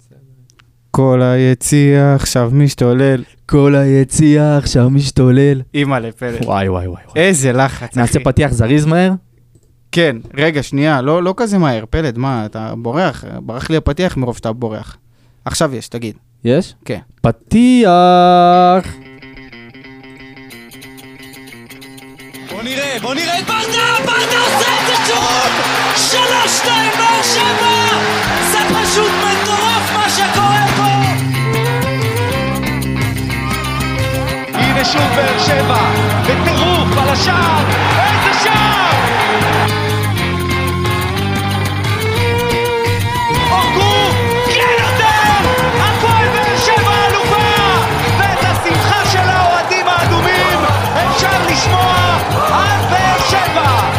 כל היציע עכשיו משתולל. כל היציע עכשיו משתולל. אימא לפלד. וואי, וואי, וואי. איזה לחץ, אחי. נעשה פתיח זריז מהר? כן, רגע, שנייה, לא כזה מהר, פלד, מה, אתה בורח? ברח לי הפתיח מרוב שאתה בורח. עכשיו יש, תגיד. יש? כן. פתיח! בוא נראה את ברדה עושה את זה שוב! 3-2 באר שבע! זה פשוט מטורף מה שקורה פה! הנה שוב באר שבע, בטירוף על השער! איזה שער! אורגו, כן יותר! הפועל באר שבע אלופה! ואת השמחה של האוהדים האדומים אפשר לשמוע על באר שבע!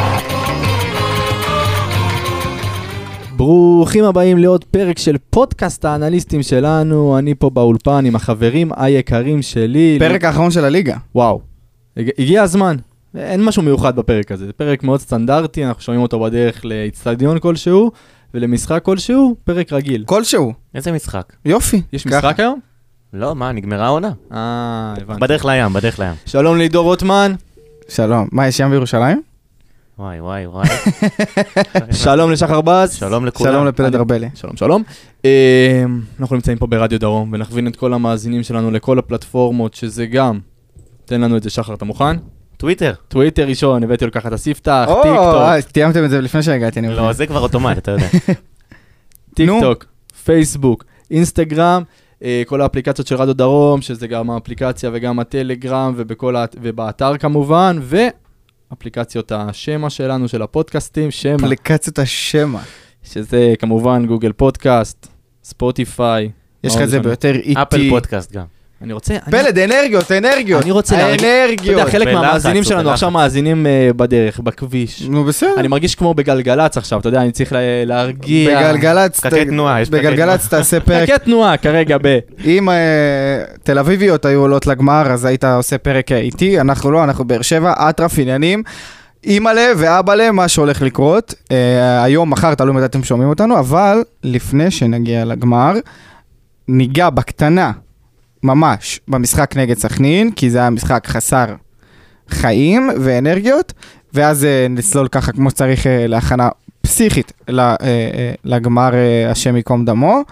ברוכים הבאים לעוד פרק של פודקאסט האנליסטים שלנו. אני פה באולפן עם החברים היקרים שלי. פרק האחרון של הליגה. וואו, הגיע הזמן. אין משהו מיוחד בפרק הזה. זה פרק מאוד סטנדרטי, אנחנו שומעים אותו בדרך לאצטדיון כלשהו ולמשחק כלשהו, פרק רגיל. כלשהו. איזה משחק? יופי. יש משחק היום? לא, מה, נגמרה העונה? הבנתי. בדרך לים, בדרך לים. שלום לידור רוטמן. שלום. מה, יש ים בירושלים? וואי. שלום לשחר בז. שלום לכולם. שלום לפלד ארבלי. שלום. אנחנו נמצאים פה ברדיו דרום, ונכווין את כל המאזינים שלנו לכל הפלטפורמות, שזה גם, תן לנו את זה שחר, אתה מוכן? טוויטר. טוויטר ראשון, הבאתי לו ככה את הספתח, טיק טוק. תיאמתם את זה לפני שהגעתי. לא, זה כבר אוטומט, אתה יודע. טיק טוק, פייסבוק, אינסטגרם, כל האפליקציות של רדיו דרום, שזה גם האפליקציה וגם הטלגרם, ובאתר כמובן, אפליקציות השמה שלנו, של הפודקאסטים, שמה. אפליקציות השמה. שזה כמובן גוגל פודקאסט, ספוטיפיי. יש לך את זה ביותר איטי. אפל פודקאסט גם. אני רוצה... פלד, אנרגיות. אני רוצה להרגיש... אתה יודע, חלק מהמאזינים שלנו עכשיו מאזינים בדרך, בכביש. נו, בסדר. אני מרגיש כמו בגלגלץ עכשיו, אתה יודע, אני צריך להרגיע... בגלגלץ... פקקי תנועה, יש פקקי תנועה. בגלגלץ תעשה פרק... פקקי תנועה כרגע אם תל אביביות היו עולות לגמר, אז היית עושה פרק איטי. אנחנו לא, אנחנו באר שבע, אטרף עניינים. אימא'לה ואבא'לה, מה שהולך לקרות. היום, מחר, תלוי מתי אתם שומעים אותנו, אבל לפני שנגיע לגמר, ניגע בקטנה, ממש, במשחק נגד סכנין, כי זה היה משחק חסר חיים ואנרגיות, ואז נסלול ככה כמו שצריך להכנה פסיכית לגמר השם יקום דמו.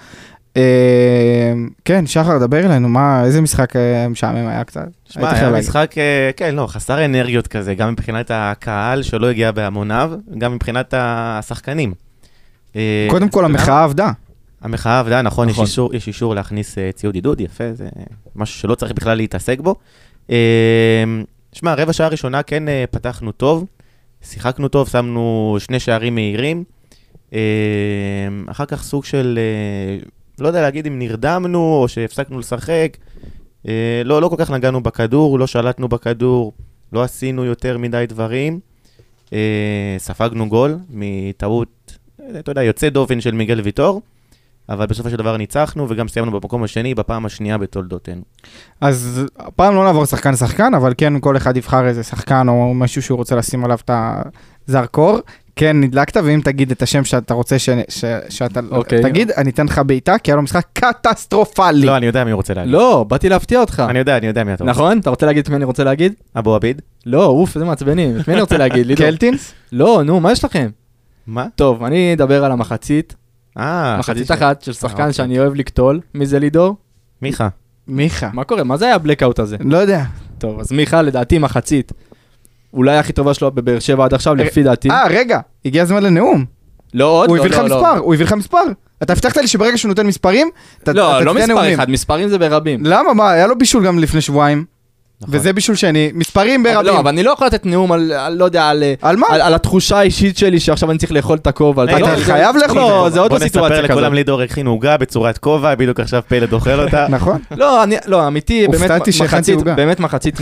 כן, שחר, דבר אלינו, איזה משחק משעמם היה קצת? שמע, היה משחק, כן, לא, חסר אנרגיות כזה, גם מבחינת הקהל שלא הגיע בהמוניו, גם מבחינת השחקנים. קודם כל, המחאה עבדה. המחאה עבדה, נכון, יש אישור להכניס ציוד עידוד, יפה, זה משהו שלא צריך בכלל להתעסק בו. שמע, רבע שעה ראשונה כן פתחנו טוב, שיחקנו טוב, שמנו 2 שערים מהירים, אחר כך סוג של, לא יודע להגיד אם נרדמנו או שהפסקנו לשחק, לא כל כך נגענו בכדור, לא שלטנו בכדור, לא עשינו יותר מדי דברים, ספגנו גול מטעות, אתה יודע, יוצא דופן של מיגל ויטור, אבל בסופו של דבר ניצחנו, וגם סיימנו במקום השני, בפעם השנייה בתולדותינו. אז פעם לא נעבור שחקן, אבל כן, כל אחד יבחר איזה שחקן, או משהו שהוא רוצה לשים עליו את הזרקור. כן, נדלקת, ואם תגיד את השם שאתה רוצה שאתה תגיד, אני אתן לך בעיטה, כי היה לו משחק קטסטרופלי. לא, אני יודע מי רוצה להגיד. לא, באתי להפתיע אותך. אני יודע מי אתה רוצה. נכון? אתה רוצה להגיד את מי אני רוצה להגיד? אבו עביד? לא, אוף, איזה מעצבנים. את מי אני רוצה להגיד? קלטינס? לא, נו, מה יש לכם? מה? טוב, אני אדבר על המחצית. מחצית אחת של שחקן שאני אוהב לקטול. מי זה לידור? מיכה. מה קורה? מה זה היה הבלקאוט הזה? לא יודע. טוב, אז מיכה לדעתי מחצית. אולי הכי טובה שלו בבאר שבע עד עכשיו, לפי דעתי. רגע, הגיע הזמן לנאום. לא עוד, הוא הביא לך מספר. אתה הבטחת לי שברגע שהוא נותן מספרים, לא מספר אחד, מספרים זה ברבים. למה? מה? היה לו בישול גם לפני שבועיים. וזה בישול שני, מספרים ברבים. לא, אבל אני לא יכול לתת נאום על, לא יודע, על מה? על התחושה האישית שלי שעכשיו אני צריך לאכול את הכובע. אתה חייב לאכול. לא, זה עוד בוא הסיטואציה כזאת. נספר לכולם לידור הכין עוגה בצורת כובע, בדיוק עכשיו פלד אוכל אותה. נכון. לא, אמיתי, באמת מחצית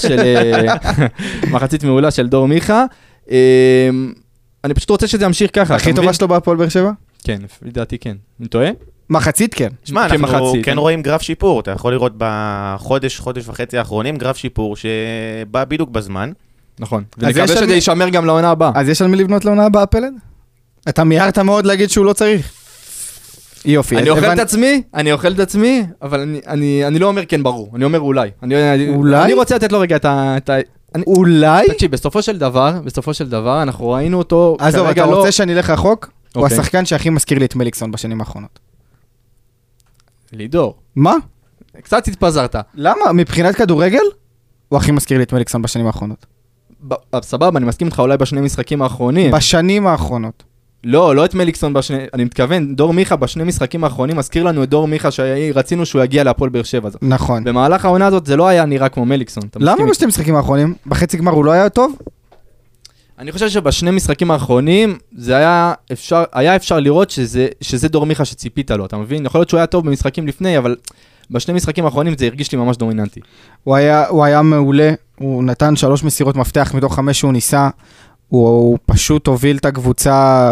מעולה של דור מיכה. אני פשוט רוצה שזה ימשיך ככה. הכי טובה שלו בהפועל באר שבע? כן, לדעתי כן. אני טועה? מחצית כן. שמע, אנחנו כן רואים גרף שיפור, אתה יכול לראות חודש וחצי האחרונים גרף שיפור שבא בדיוק בזמן. נכון, ונקווה שזה יישמר גם לעונה הבאה. אז יש על מי לבנות לעונה הבאה, פלד? אתה מיירת מאוד להגיד שהוא לא צריך. יופי. אני אוכל את עצמי, אבל אני לא אומר כן ברור, אני אומר אולי. אולי? אני רוצה לתת לו רגע את ה... אולי? תקשיב, בסופו של דבר, אנחנו ראינו אותו... עזוב, אתה רוצה שאני אלך רחוק? הוא אוקיי. השחקן שהכי מזכיר לי את מליקסון בשנים האחרונות. לידור. מה? קצת התפזרת. למה? מבחינת כדורגל? הוא הכי מזכיר לי את מליקסון בשנים האחרונות. סבבה, אני מסכים איתך אולי בשני משחקים האחרונים. בשנים האחרונות. לא את מליקסון בשני... אני מתכוון, דור מיכה בשני משחקים האחרונים מזכיר לנו את דור מיכה שרצינו שהוא יגיע להפועל באר שבע. נכון. במהלך העונה הזאת זה לא היה נראה כמו מליקסון. למה בשני משחקים האחרונים? בחצי גמר הוא לא היה טוב? אני חושב שבשני משחקים האחרונים זה היה אפשר לראות שזה דור מיכה שציפית לו, אתה מבין? יכול להיות שהוא היה טוב במשחקים לפני, אבל בשני משחקים האחרונים זה הרגיש לי ממש דומיננטי. הוא היה מעולה, הוא נתן 3 מסירות מפתח מתוך 5 שהוא ניסה, הוא פשוט הוביל את הקבוצה,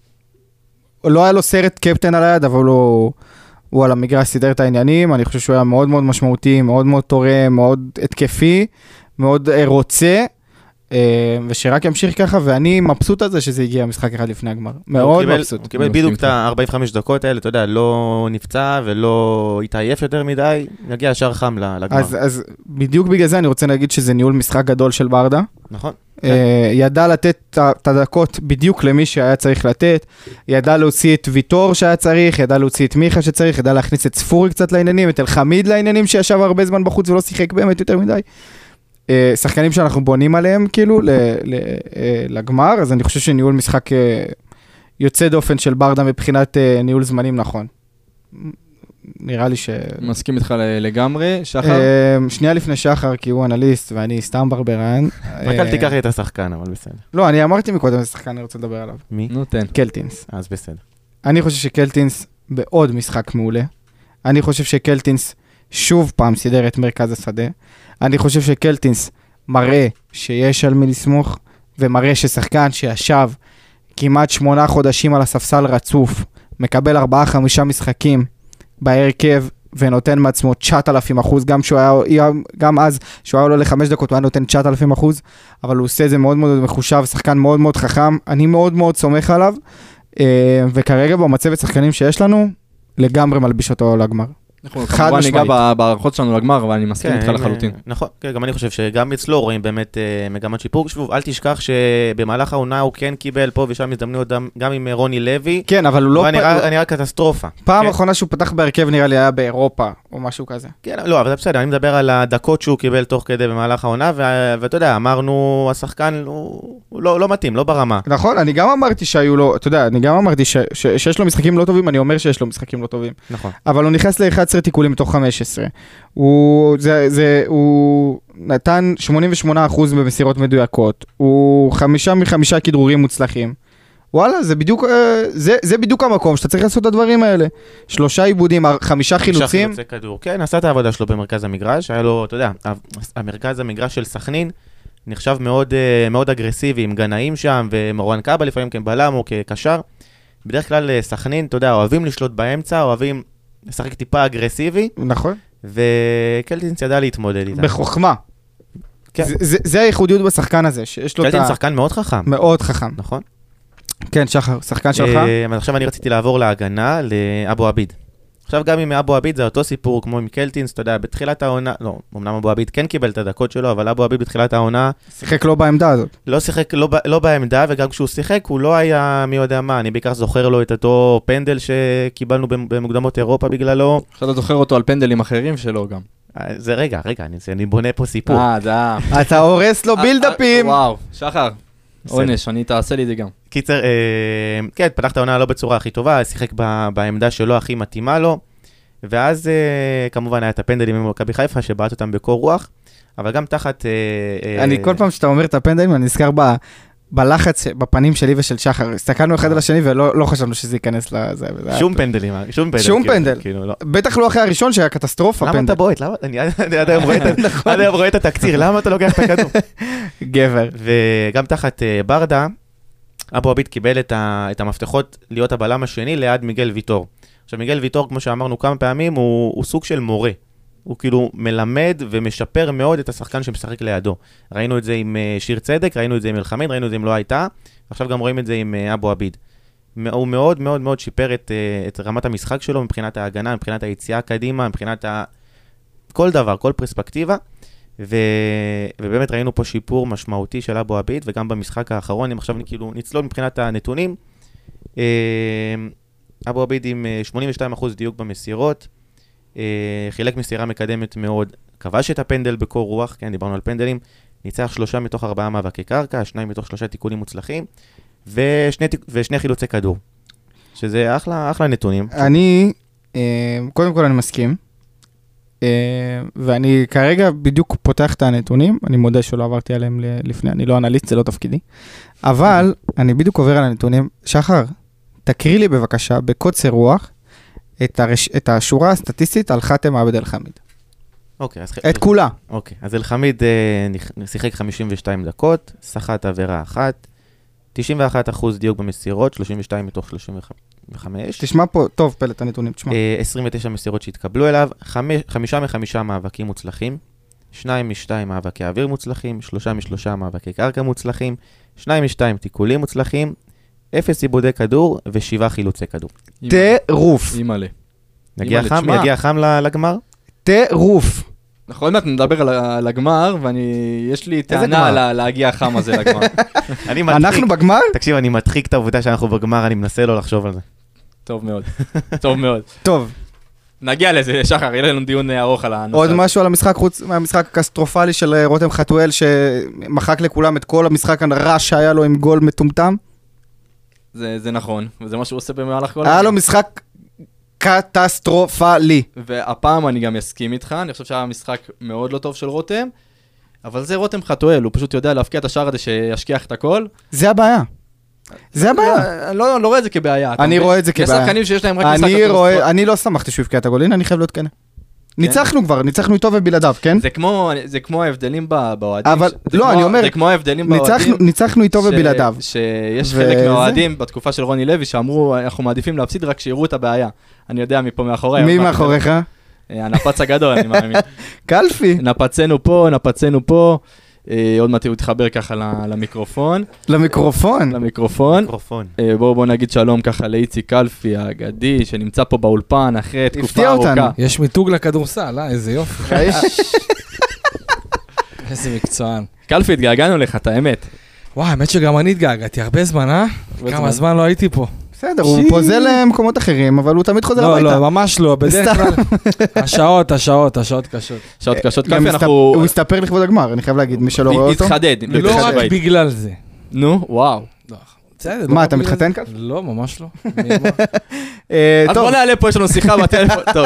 לא היה לו סרט קפטן על היד, אבל הוא על המגרש סידר את העניינים, אני חושב שהוא היה מאוד מאוד משמעותי, מאוד מאוד תורם, מאוד התקפי, מאוד רוצה, ושרק ימשיך ככה, ואני מבסוט על זה שזה הגיע משחק אחד לפני הגמר. מאוד מבסוט. הוא קיבל בדיוק את ה-45 דקות האלה, אתה יודע, לא נפצע ולא התעייף יותר מדי, נגיע ישר חם לגמר. אז בדיוק בגלל זה אני רוצה להגיד שזה ניהול משחק גדול של ברדה. נכון. ידע לתת את הדקות בדיוק למי שהיה צריך לתת, ידע להוציא את ויטור שהיה צריך, ידע להוציא את מיכה שצריך, ידע להכניס את ספורי קצת לעניינים, את אלחמיד לעניינים שישב הרבה זמן בחוץ ולא שיחק באמת יותר מדי. שחקנים שאנחנו בונים עליהם כאילו לגמר, אז אני חושב שניהול משחק יוצא דופן של ברדה מבחינת ניהול זמנים נכון. נראה לי מסכים איתך לגמרי, שחר? שנייה לפני שחר, כי הוא אנליסט ואני סתם ברברן. רק אל תיקח לי את השחקן, אבל בסדר. לא, אני אמרתי מקודם איזה שחקן אני רוצה לדבר עליו. מי? נותן. קלטינס. אז בסדר. אני חושב שקלטינס בעוד משחק מעולה. אני חושב שקלטינס שוב פעם סידר את מרכז השדה. אני חושב שקלטינס מראה שיש על מי לסמוך, ומראה ששחקן שישב כמעט 8 חודשים על הספסל רצוף, מקבל 4-5 משחקים בהרכב, ונותן מעצמו 9,000%, גם אז, שהוא היה עולה ל5 דקות, הוא היה נותן 9,000%, אבל הוא עושה את זה מאוד מאוד מחושב, שחקן מאוד מאוד חכם, אני מאוד מאוד סומך עליו, וכרגע במצבת שחקנים שיש לנו, לגמרי מלביש אותו לגמר. כמובן ניגע בהערכות שלנו לגמר, אבל אני מסכים איתך לחלוטין. נכון, גם אני חושב שגם אצלו רואים באמת מגמת שיפור. שוב, אל תשכח שבמהלך העונה הוא כן קיבל פה ושם הזדמנויות גם עם רוני לוי. כן, אבל הוא לא... נראה קטסטרופה. פעם האחרונה שהוא פתח בהרכב נראה לי היה באירופה, או משהו כזה. כן, לא, אבל זה בסדר, אני מדבר על הדקות שהוא קיבל תוך כדי במהלך העונה, ואתה יודע, אמרנו, השחקן הוא לא מתאים, לא ברמה. נכון, אני גם אמרתי שהיו לו, אתה יודע, אני גם אמרתי שיש לו משחקים לא טובים, אני אומר שיש לו משחקים לא טובים. נכון. אבל הוא נכנס ל-11 תיקולים מתוך 15. הוא נתן 88% במסירות מדויקות. הוא 5 מ-5 כדרורים מוצלחים. וואלה, זה בדיוק המקום שאתה צריך לעשות את הדברים האלה. 3 עיבודים, 5 חילוצים. כן, עשה את העבודה שלו במרכז המגרש. היה לו, אתה יודע, המרכז המגרש של סכנין נחשב מאוד, מאוד אגרסיבי, עם גנאים שם, ומרואן קאבה לפעמים כבלם או כקשר. בדרך כלל סכנין, אתה יודע, אוהבים לשלוט באמצע, אוהבים לשחק טיפה אגרסיבי. נכון. וקלטינס ידע להתמודד איתה. בחוכמה. כן. זה הייחודיות בשחקן הזה, שיש לו את ה... קלטינס שחקן מאוד חכם. מאוד חכם. נכון. כן, שחר, שחקן שלך. עכשיו אני רציתי לעבור להגנה לאבו עביד. עכשיו גם עם אבו עביד זה אותו סיפור כמו עם קלטינס, אתה יודע, בתחילת העונה, לא, אמנם אבו עביד כן קיבל את הדקות שלו, אבל אבו עביד בתחילת העונה... שיחק לא בעמדה הזאת. לא שיחק לא בעמדה, וגם כשהוא שיחק הוא לא היה מי יודע מה, אני בעיקר זוכר לו את אותו פנדל שקיבלנו במוקדמות אירופה בגללו. עכשיו אתה זוכר אותו על פנדלים אחרים שלו גם. זה רגע, אני בונה פה סיפור. אתה הורס לו בילדאפים. וואו, שחר. עונש, אני תעשה לי את זה גם. קיצר, כן, פתח את העונה לא בצורה הכי טובה, שיחק בעמדה שלו הכי מתאימה לו, ואז כמובן היה את הפנדלים עם מכבי חיפה שבעט אותם בקור רוח, אבל גם תחת... אני כל פעם שאתה אומר את הפנדלים, אני נזכר בלחץ בפנים שלי ושל שחר, הסתכלנו אחד על השני ולא חשבנו שזה ייכנס לזה. שום פנדלים, שום פנדל. בטח לא אחרי הראשון שהיה קטסטרופה. למה אתה בועט? אני עד היום רואה את התקציר, למה אתה לוקח את הכדור? גבר. וגם תחת ברדה, אבו עביד קיבל את המפתחות להיות הבלם השני ליד מיגל ויטור. עכשיו מיגל ויטור, כמו שאמרנו כמה פעמים, הוא סוג של מורה. הוא כאילו מלמד ומשפר מאוד את השחקן שמשחק לידו. ראינו את זה עם שיר צדק, ראינו את זה עם אלחמיד, ראינו את זה עם לא הייתה, עכשיו גם רואים את זה עם אבו עביד. הוא מאוד מאוד מאוד שיפר את רמת המשחק שלו, מבחינת ההגנה, מבחינת היציאה קדימה, מבחינת כל דבר, כל פרספקטיבה, ובאמת ראינו פה שיפור משמעותי של אבו עביד, וגם במשחק האחרון, אם עכשיו כאילו נצלול מבחינת הנתונים, אבו עביד עם 82% דיוק במסירות, חילק מסירה מקדמת מאוד, כבש את הפנדל בקור רוח, כן, דיברנו על פנדלים, ניצח 3 מתוך 4 מאבקי קרקע, 2 מתוך 3 תיקולים מוצלחים, ושני חילוצי כדור, שזה אחלה נתונים. קודם כל אני מסכים, ואני כרגע בדיוק פותח את הנתונים, אני מודה שלא עברתי עליהם לפני, אני לא אנליסט, זה לא תפקידי, אבל אני בדיוק עובר על הנתונים. שחר, תקריא לי בבקשה בקוצר רוח את השורה הסטטיסטית על חאתם עבד אל חמיד. אוקיי, את כולה. אוקיי, אז אל חמיד שיחק 52 דקות, סחט עבירה אחת, 91% דיוק במסירות, 32 מתוך 35. תשמע פה, טוב, פלט הנתונים, תשמע. 29 מסירות שהתקבלו אליו, 5 מ-5 מאבקים מוצלחים, 2 מ-2 מאבקי אוויר מוצלחים, 3 מ-3 מאבקי קרקע מוצלחים, 2 מ-2 תיקולים מוצלחים, 0 עיבודי כדור ו7 חילוצי כדור. טירוף. אימאלה. יגיע חם לגמר? טירוף. נכון, מעט נדבר על הגמר, ויש לי טענה להגיע החם הזה לגמר. אנחנו בגמר? תקשיב, אני מדחיק את העובדה שאנחנו בגמר, אני מנסה לא לחשוב על זה. טוב מאוד, טוב מאוד. טוב. נגיע לזה, שחר, יהיה לנו דיון ארוך על הנושא. עוד משהו על המשחק, חוץ מהמשחק הקסטרופלי של רותם חתואל, שמחק לכולם את כל המשחק הרע שהיה לו עם גול מטומטם? זה נכון, וזה מה שהוא עושה במהלך כל... היה לו משחק קטסטרופלי. והפעם אני גם אסכים איתך, אני חושב שהיה משחק מאוד לא טוב של רותם, אבל זה רותם חתואל, הוא פשוט יודע להפקיע את השער הזה שישכיח את הכל. זה הבעיה. זה הבעיה. אני לא רואה את זה כבעיה. אני רואה את זה כבעיה. יש שחקנים שיש להם רק משחק קטסטרופלי. אני לא שמחתי שהוא הפקיע את הגול, הנה אני חייב להיות כן. ניצחנו כבר, ניצחנו איתו ובלעדיו, כן? זה כמו ההבדלים באוהדים. אבל, לא, אני אומר, זה כמו ההבדלים באוהדים. ניצחנו איתו ובלעדיו. שיש חלק מהאוהדים בתקופה של רוני לוי שאמרו, אנחנו מעדיפים להפסיד רק שיראו את הבעיה. אני יודע מפה מאחורי. מי מאחוריך? הנפץ הגדול, אני מאמין. קלפי. נפצנו פה. עוד מעט הוא יתחבר ככה למיקרופון. למיקרופון? בואו נגיד שלום ככה לאיציק קלפי האגדי, שנמצא פה באולפן אחרי תקופה ארוכה. יש מיתוג לכדורסל, איזה יופי. איזה מקצוען. קלפי, התגעגענו לך, את האמת. וואי, האמת שגם אני התגעגעתי, הרבה זמן, כמה זמן לא הייתי פה. בסדר, הוא פוזל למקומות אחרים, אבל הוא תמיד חוזר הביתה. לא, ממש לא, בדרך כלל. השעות קשות. שעות קשות, קלפי, אנחנו... הוא הסתפר לכבוד הגמר, אני חייב להגיד, מי שלא רואה אותו. התחדד. לא רק בגלל זה. נו, וואו. מה, אתה מתחתן כאן? לא, ממש לא. אז בוא נעלה פה, יש לנו שיחה בטלפון. טוב.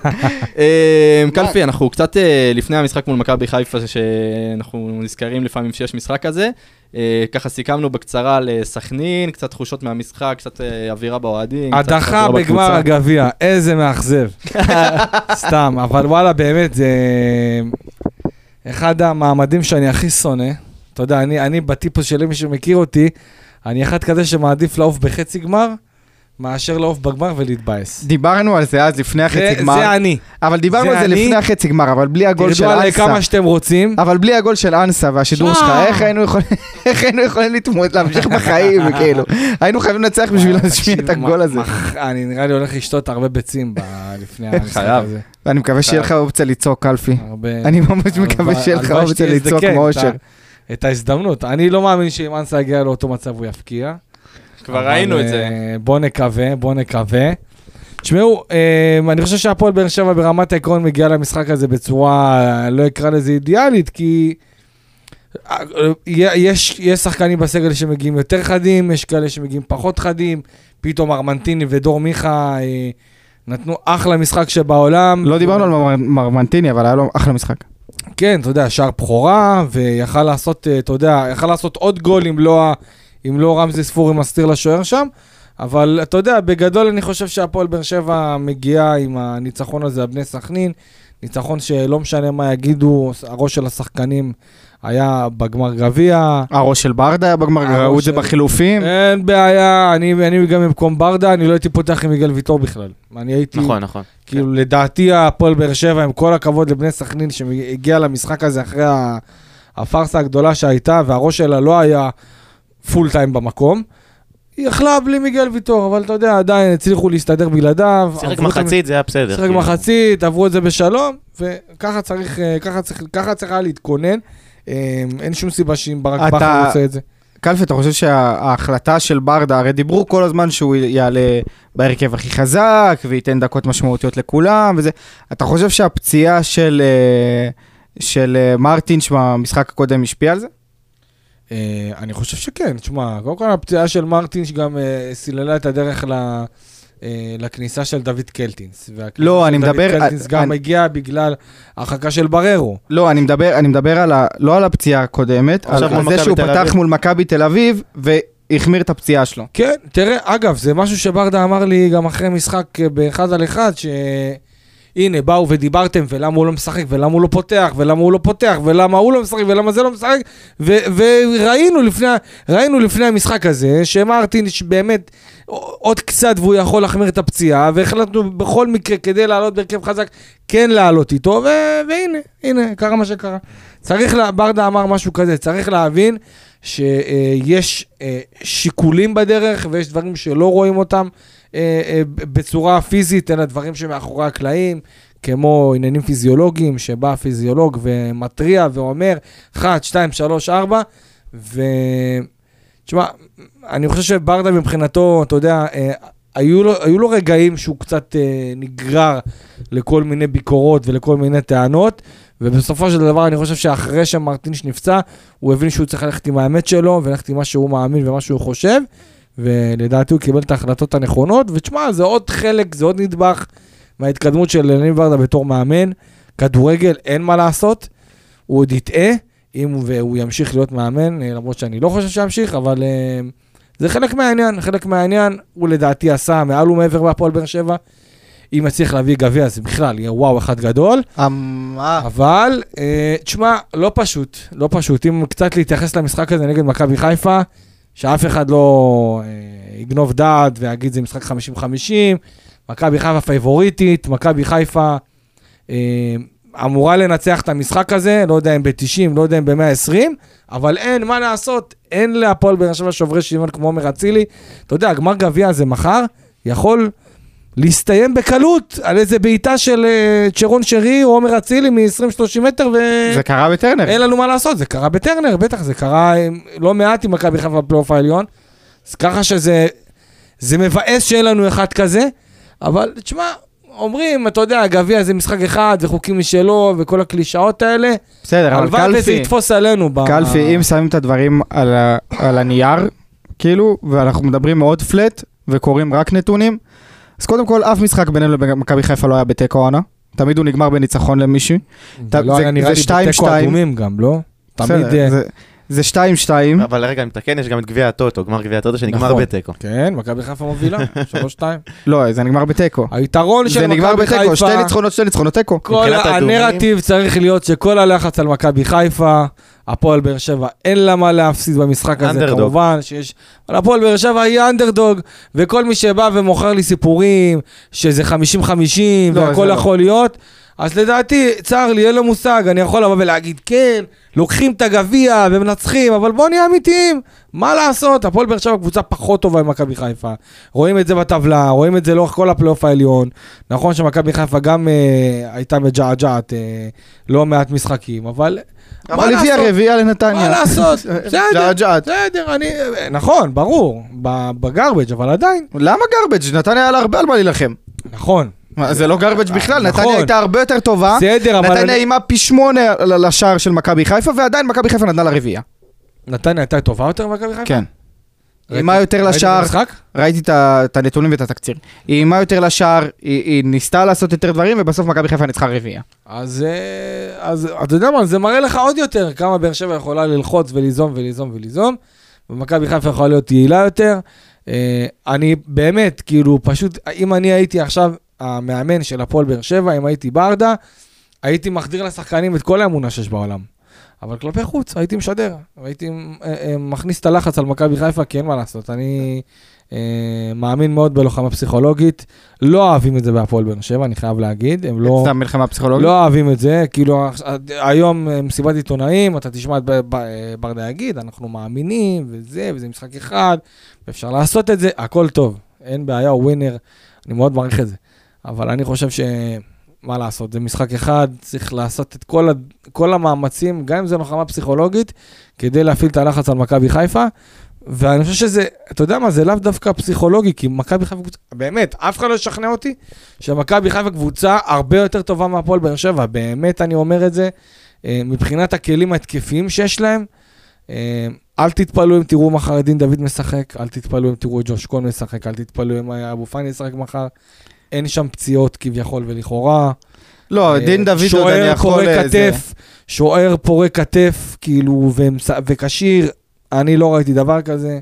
קלפי, אנחנו קצת לפני המשחק מול מכבי חיפה, שאנחנו נזכרים לפעמים שיש משחק כזה. ככה סיכמנו בקצרה לסכנין, קצת תחושות מהמשחק, קצת אווירה באוהדים. הדחה בגמר הגביע, איזה מאכזב. סתם, אבל וואלה, באמת, זה אחד המעמדים שאני הכי שונא. אתה יודע, אני בטיפוס שלי, מי שמכיר אותי, אני אחד כזה שמעדיף לעוף בחצי גמר, מאשר לעוף בגמר ולהתבאס. דיברנו על זה אז לפני החצי גמר. זה אני. אבל דיברנו על זה לפני החצי גמר, אבל בלי הגול של תרדו אנסה. עליי כמה שאתם רוצים. אבל בלי הגול של אנסה והשידור שלך, איך היינו יכולים להמשיך בחיים, וכאילו. היינו חייבים לנצח בשביל להשמיע את הגול הזה. אני נראה לי הולך לשתות הרבה ביצים לפני המשחק הזה. ואני מקווה שיהיה לך אופציה לצעוק, קלפי. אני ממש מקווה שיהיה לך אופציה לצעוק כמו אושר. את ההזדמנות. אני לא מאמין שאם אנסה יגיע לאותו מצב הוא יפקיע. כבר ראינו את זה. בוא נקווה. תשמעו, אני חושב שהפועל באר שבע ברמת העקרון מגיע למשחק הזה בצורה, לא אקרא לזה אידיאלית, כי יש שחקנים בסגל שמגיעים יותר חדים, יש כאלה שמגיעים פחות חדים, פתאום ארמנטיני ודור מיכה נתנו אחלה משחק שבעולם. לא דיברנו על מרמנטיני, אבל היה לו אחלה משחק. כן, אתה יודע, שער בחורה, ויכל לעשות, אתה יודע, יכל לעשות עוד גול אם לא רמזי ספורי מסתיר לשוער שם, אבל אתה יודע, בגדול אני חושב שהפועל באר שבע מגיעה עם הניצחון הזה, בני סכנין, ניצחון שלא משנה מה יגידו, הראש של השחקנים היה בגמר גביע. הראש של ברדה היה בגמר גביע, ראו את זה בחילופים. אין בעיה, אני גם במקום ברדה, אני לא הייתי פותח עם מיגל ויטור בכלל. אני הייתי, נכון. כאילו לדעתי הפועל באר שבע, עם כל הכבוד לבני סכנין, שהגיע למשחק הזה אחרי הפרסה הגדולה שהייתה, והראש שלה לא היה פול טיים במקום. היא יכלה בלי מיגל ויטור, אבל אתה יודע, עדיין הצליחו להסתדר בלעדיו. שיחק מחצית, זה היה בסדר. שיחק מחצית, עברו את זה בשלום, וככה צריך היה להתכונן. אין שום סיבה שאם ברק בכר עושה את זה. קלפי, אתה חושב שההחלטה של ברדה, הרי דיברו כל הזמן שהוא יעלה בהרכב הכי חזק, וייתן דקות משמעותיות לכולם, וזה. אתה חושב שהפציעה של מרטינש במשחק הקודם השפיע על זה? אני חושב שכן, תשמע, קודם כל הפציעה של מרטינש גם סיללה את הדרך לכניסה של דוד קלטינס. לא, אני מדבר... דוד קלטינס גם הגיע בגלל ההרחקה של בררו. לא, אני מדבר לא על הפציעה הקודמת, על זה שהוא פתח מול מכבי תל אביב, והחמיר את הפציעה שלו. כן, תראה, אגב, זה משהו שברדה אמר לי גם אחרי משחק באחד על אחד, הנה, באו ודיברתם, ולמה הוא לא משחק, ולמה הוא לא פותח, ולמה הוא לא פותח, ולמה הוא לא משחק, ולמה זה לא משחק, וראינו לפני המשחק הזה, שמרטין באמת עוד קצת, והוא יכול להחמיר את הפציעה, והחלטנו בכל מקרה, כדי לעלות בהרכב חזק, כן לעלות איתו, והנה, קרה מה שקרה. ברדה אמר משהו כזה, צריך להבין שיש שיקולים בדרך, ויש דברים שלא רואים אותם, בצורה פיזית, אלא דברים שמאחורי הקלעים, כמו עניינים פיזיולוגיים, שבא הפיזיולוג ומטריע ואומר 1, 2, 3, 4, תשמע, אני חושב שברדה מבחינתו, אתה יודע, היו לו רגעים שהוא קצת נגרר לכל מיני ביקורות ולכל מיני טענות, ובסופו של דבר אני חושב שאחרי שמרטינש נפצע, הוא הבין שהוא צריך ללכת עם האמת שלו, וללכת עם מה שהוא מאמין ומה שהוא חושב, ולדעתי הוא קיבל את ההחלטות הנכונות, ותשמע, זה עוד חלק, זה עוד נדבך מההתקדמות של ניב ברדה בתור מאמן. כדורגל, אין מה לעשות, הוא עוד יטעה, והוא ימשיך להיות מאמן, למרות שאני לא חושב שימשיך, אבל זה חלק מהעניין, הוא לדעתי עשה מעל ומעבר בהפועל באר שבע, אם יצליח להביא גביע, אז בכלל יהיה וואו אחד גדול, אבל תשמע, לא פשוט, אם קצת להתייחס למשחק הזה נגד מכבי חיפה, שאף אחד לא יגנוב דעת ויגיד זה משחק 50-50, מכבי חיפה פייבוריטית, מכבי חיפה אמורה לנצח את המשחק הזה, לא יודע אם ב-90, לא יודע אם ב-120, אבל אין מה לעשות, אין להפועל באר שבע שוברי שוויון כמו עומר אצילי, אתה יודע, גמר גביע הזה מחר, יכול להסתיים בקלות על איזה בעיטה של צ'רון שרי או עומר אצילי מ-20-30 מטר זה קרה בטרנר. אין לנו מה לעשות, זה קרה בטרנר, בטח, זה קרה לא מעט עם מכבי חיפה בפלייאוף העליון, אז ככה שזה מבאס שאין לנו אחד כזה, אבל תשמע, אומרים, אתה יודע, הגביע זה משחק אחד, זה חוקים משלו וכל הקלישאות האלה, בסדר, אבל קלפי, וזה יתפוס עלינו. קלפי, אם שמים את הדברים על הנייר, כאילו, ואנחנו מדברים מאוד פלט, וקוראים רק נתונים, אז קודם כל, אף משחק בינינו למכבי חיפה לא היה בטקו עונה. תמיד הוא נגמר בניצחון למישהו. לא היה נראה לי בטקו אדומים גם, לא? תמיד... זה 2-2. אבל רגע, מתקן, יש גם את גביע הטוטו, גמר גביע הטוטו שנגמר בטקו. כן, מכבי חיפה מובילה, 3-2. לא, זה נגמר בטקו. היתרון של מכבי חיפה... זה נגמר בטקו, שתי ניצחונות טקו. כל הנרטיב צריך להיות שכל הלחץ על מכבי חיפה, הפועל באר שבע אין לה מה להפסיד במשחק הזה, כמובן שיש... אבל הפועל באר שבע היא אנדרדוג, וכל מי שבא ומוכר לי סיפורים, שזה 50-50 והכל יכול להיות, אז לדעתי, צער לי, יהיה לו מושג, אני יכול לבוא ולהגיד, כן, לוקחים את הגביע ומנצחים, אבל בוא נהיה אמיתיים, מה לעשות? הפועל באר שבע קבוצה פחות טובה עם מכבי חיפה, רואים את זה בטבלה, רואים את זה לאורך כל הפלייאוף העליון, נכון שמכבי חיפה גם הייתה מג'עג'עת, לא מעט משחקים, אבל הביאה רביעייה לנתניה. מה לעשות? בסדר, נכון, ברור, בגרבג' אבל עדיין. למה גרבג'? נתניה היה הרבה על מה להילחם. נכון. זה לא גרבג' בכלל, נתניה הייתה הרבה יותר טובה, נתניה אימה פי 8 לשער של מכבי חיפה, ועדיין מכבי חיפה נתנה לרביעייה. נתניה הייתה טובה יותר מכבי חיפה? כן. אימה יותר לשער, ראיתי את הנתונים ואת התקציר, היא אימה יותר לשער, היא ניסתה לעשות יותר דברים, ובסוף מכבי חיפה ניצחה רביעייה. אז אתה יודע מה, זה מראה לך עוד יותר, כמה באר שבע יכולה ללחוץ וליזום, ומכבי חיפה יכולה להיות יעילה יותר. אני באמת, כאילו, פשוט, אם אני הייתי עכשיו המאמן של הפועל באר שבע, אם הייתי ברדה, הייתי מחדיר לשחקנים את כל האמונה שיש בעולם. אבל כלפי חוץ הייתי משדר, הייתי מכניס את הלחץ על מכבי חיפה, כי אין מה לעשות, אני מאמין מאוד בלוחמה פסיכולוגית, לא אוהבים את זה בהפועל באר שבע, אני חייב להגיד, הם לא... סתם מלחמה פסיכולוגית? לא אוהבים את זה, כאילו היום מסיבת עיתונאים, אתה תשמע את ברדה יגיד, אנחנו מאמינים, וזה משחק אחד, ואפשר לעשות את זה, הכל טוב, אין בעיה, הוא ווינר, אני מאוד מעריך את זה, אבל אני חושב מה לעשות, זה משחק אחד, צריך לעשות את כל המאמצים, גם אם זה לוחמה פסיכולוגית, כדי להפעיל את הלחץ על מכבי חיפה, ואני חושב שזה, אתה יודע מה, זה לאו דווקא פסיכולוגי, כי מכבי חיפה קבוצה, באמת, אף אחד לא ישכנע אותי, שמכבי חיפה קבוצה הרבה יותר טובה מהפועל באר שבע, באמת אני אומר את זה, מבחינת הכלים ההתקפיים שיש להם, אל תתפלו אם תראו מחר את דין דוד משחק, אל תתפלו אם תראו את ג'וש קון משחק, אל תתפלו אם אבו פאני ישחק מחר, אין שם פציעות כביכול ולכאורה. לא, דין דוד עוד אני יכול... שוער פורה כתף, כאילו, וקשיר, אני לא ראיתי דבר כזה.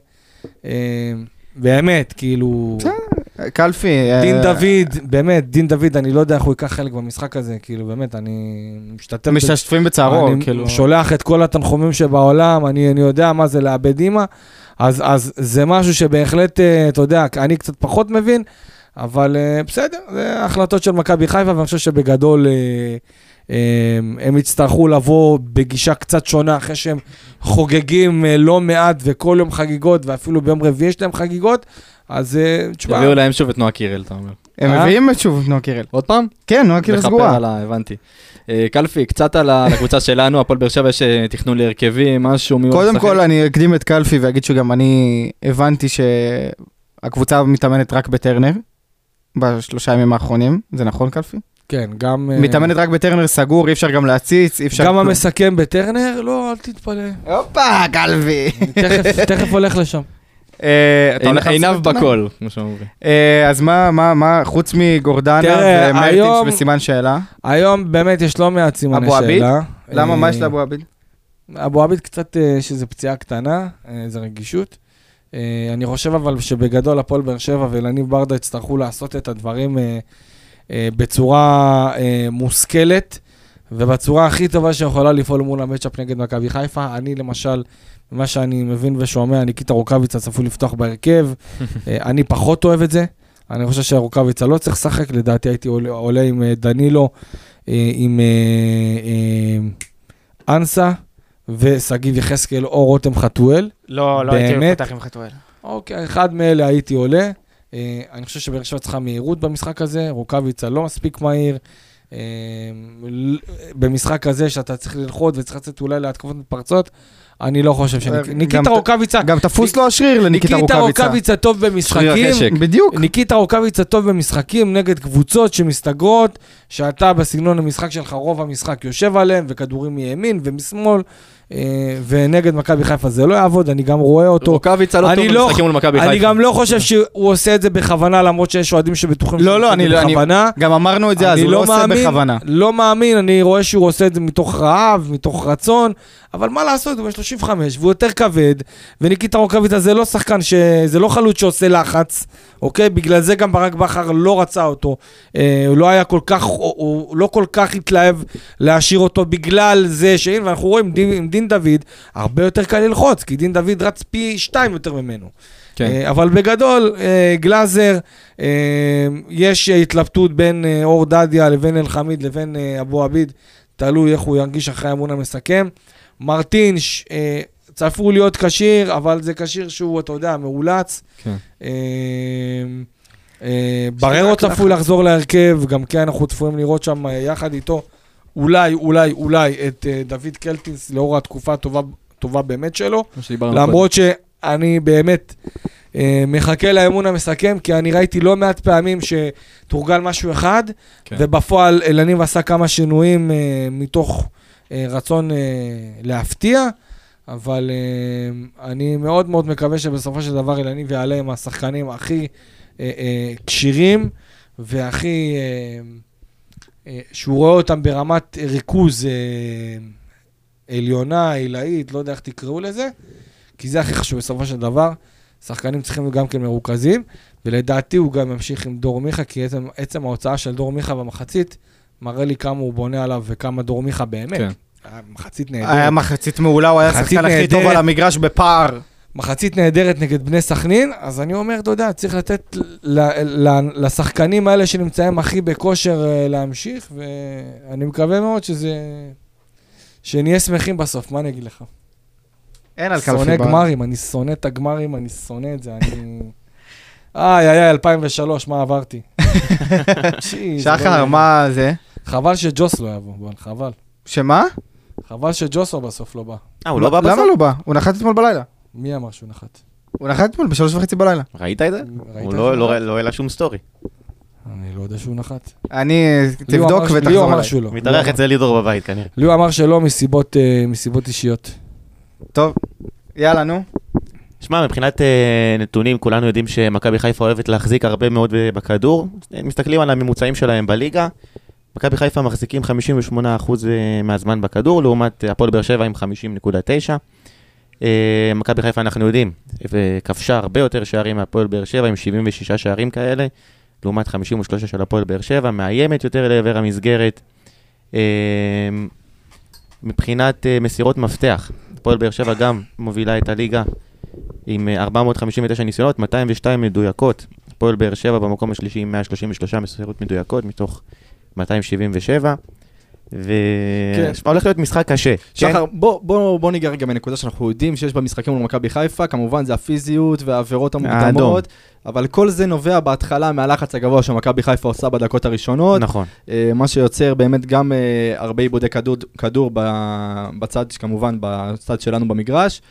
באמת, כאילו... קלפי. דין דוד, באמת, דין דוד, אני לא יודע איך הוא ייקח חלק במשחק הזה, כאילו, באמת, אני משתתף... משתתפים בצערו, כאילו... אני שולח את כל התנחומים שבעולם, אני יודע מה זה לאבד אימא, אז זה משהו שבהחלט, אתה יודע, אני קצת פחות מבין, אבל בסדר, זה החלטות של מכבי חיפה, ואני חושב שבגדול הם יצטרכו לבוא בגישה קצת שונה, אחרי שהם חוגגים לא מעט וכל יום חגיגות, ואפילו ביום רביעי יש להם חגיגות, אז תשמע... תביאו להם שוב את נועה קירל, אתה אומר. הם מביאים שוב את נועה קירל. עוד פעם? כן, נועה קירל סגורה. לחפר עלה, הבנתי. קלפי, קצת על הקבוצה שלנו, הפועל באר שבע יש תכנון להרכבים, משהו מיוחד. קודם כל אני אקדים את קלפי ואגיד שגם אני הבנתי שהקבוצה מתאמנת רק בטרנר, בשלושה ימים האחרונים, זה נכון קלפי? כן, גם... מתאמנת רק בטרנר סגור, אי אפשר גם להציץ, אי אפשר... גם המסכם בטרנר? לא, אל תתפלא. הופה, קלפי. תכף הולך לשם. עיניו בכל, כמו שאומרים. אז מה, חוץ מגורדנה ומרטינש וסימן שאלה? היום באמת יש לא מעט סימני שאלה. למה, מה יש לאבו עביד? אבו עביד קצת, שזה פציעה קטנה, זה רגישות. אני חושב אבל שבגדול הפועל באר שבע ואלניב ברדה יצטרכו לעשות את הדברים בצורה מושכלת, ובצורה הכי טובה שיכולה לפעול מול המצ'אפ נגד מכבי חיפה. אני למשל, מה שאני מבין ושומע, ניקיטה רוקאביצה צפוי לפתוח בהרכב, אני פחות אוהב את זה, אני חושב שרוקאביצה לא צריך לשחק, לדעתי הייתי עולה עם דנילו, עם אנסה, וסגיב יחזקאל או רותם חתואל. לא הייתי פתח עם חתואל. אוקיי, אחד מאלה הייתי עולה, אני חושב שבאר שבע צריכה מהירות במשחק הזה, רוקאביצה לא מספיק מהיר, במשחק הזה שאתה צריך ללחוד וצריך לצאת אולי להתקפות מתפרצות, אני לא חושב שניקיטה רוקאביצה... גם תפוס לו השריר לניקיטה רוקאביצה. ניקיטה רוקאביצה טוב במשחקים. בדיוק. ניקיטה רוקאביצה טוב במשחקים נגד קבוצות שמסתגרות, שאתה בסגנון המשחק שלך רוב המשחק יושב עליהם, וכדורים מימין ומשמאל, ונגד מכבי חיפה זה לא יעבוד, אני גם רואה אותו. רוקאביצה לא טוב במשחקים מול מכבי חיפה. אני גם לא חושב שהוא עושה את זה בכוונה, למרות שיש אוהדים שבטוחים לא, גם אמרנו את זה, אז הוא לא עושה בכוונה. לא מאמין, אני רואה שהוא עושה את זה מתוך רעב, מתוך רצון, אבל מה לעשות, הוא ב-35, והוא יותר כבד, וניקיטה רוקאביצה זה לא שחקן, זה לא חלוץ שעושה לחץ, אוקיי? בגלל זה גם ברק בכר לא רצה אותו, הוא לא היה כל כך, הוא לא כל כך התלהב להשאיר אותו, בגלל זה שהנה, ואנחנו רואים עם דין דוד, הרבה יותר קל ללחוץ, כי דין דוד רץ פי 2 יותר ממנו. כן. אבל בגדול, גלאזר, יש התלבטות בין אור דדיה לבין אלחמיד לבין אבו עביד, תלוי איך הוא ירגיש אחרי האימון המסכם. מרטינש, צפוי להיות קשיר, אבל זה קשיר שהוא, אתה יודע, מאולץ. כן. בררו צפוי לחזור להרכב, גם כן אנחנו צפויים לראות שם יחד איתו, אולי את דוד קלטינס לאור התקופה טובה באמת שלו, למרות שאני באמת מחכה לאמון המסכם, כי אני ראיתי לא מעט פעמים שתורגל משהו אחד, ובפועל אלניב עשה כמה שינויים מתוך רצון להפתיע, אבל אני מאוד מאוד מקווה שבסופו של דבר אלניב יעלה עם השחקנים הכי קשירים, והכי... שהוא רואה אותם ברמת ריכוז עליונה, עילאית, לא יודע איך תקראו לזה, כי זה הכי חשוב בסופו של דבר, שחקנים צריכים גם כן מרוכזים, ולדעתי הוא גם ממשיך עם דור מיכה, כי עצם ההוצאה של דור מיכה במחצית, מראה לי כמה הוא בונה עליו וכמה דור מיכה באמת. כן. מחצית נהדרת. היה מחצית מעולה, הוא היה השחקן הכי טוב על המגרש בפער. מחצית נהדרת נגד בני סכנין, אז אני אומר, אתה יודע, צריך לתת לשחקנים האלה שנמצאים הכי בכושר להמשיך, ואני מקווה מאוד שנהיה שמחים בסוף, מה אני אגיד לך? אין על קלפי שונא גמרים, אני שונא את הגמרים, אני שונא את זה, איי, 2003, מה עברתי? שחר, מה זה? חבל שג'וס לא יבוא, חבל. שמה? חבל שג'וסו בסוף לא בא. הוא לא בא בסוף? למה לא בא? הוא נחת אתמול בלילה. מי אמר שהוא נחת? הוא נחת אתמול ב3:30 בלילה. ראית את זה? הוא לא העלה שום סטורי. אני לא יודע שהוא נחת. תבדוק ותחזור אליי. מתארח אצל לידור בבית כנראה. ליאו אמר שלא מסיבות אישיות. טוב, יאללה, נו. שמע, מבחינת נתונים, כולנו יודעים שמכבי חיפה אוהבת להחזיק הרבה מאוד בכדור. מסתכלים על הממוצעים שלהם בליגה. מכבי חיפה מחזיקים 58% מהזמן בכדור, לעומת הפועל באר שבע עם 50.9. מכבי חיפה אנחנו יודעים, כבשה הרבה יותר שערים מהפועל באר שבע עם 76 שערים כאלה, לעומת 53 של הפועל באר שבע, מאיימת יותר לעבר המסגרת. מבחינת מסירות מפתח, הפועל באר שבע גם מובילה את הליגה עם 459 ניסיונות, 202 מדויקות. הפועל באר שבע במקום השלישי עם 133 מסירות מדויקות מתוך 277, והולך להיות משחק קשה. שחר, בוא ניגע רגע בנקודה שאנחנו יודעים שיש במשחקים מול מכבי חיפה, כמובן זה הפיזיות והעבירות המוקדמות, אבל כל זה נובע בהתחלה מהלחץ הגבוה שמכבי חיפה עושה בדקות הראשונות, נכון. מה שיוצר באמת גם הרבה עיבודי כדור בצד, כמובן בצד שלנו במגרש,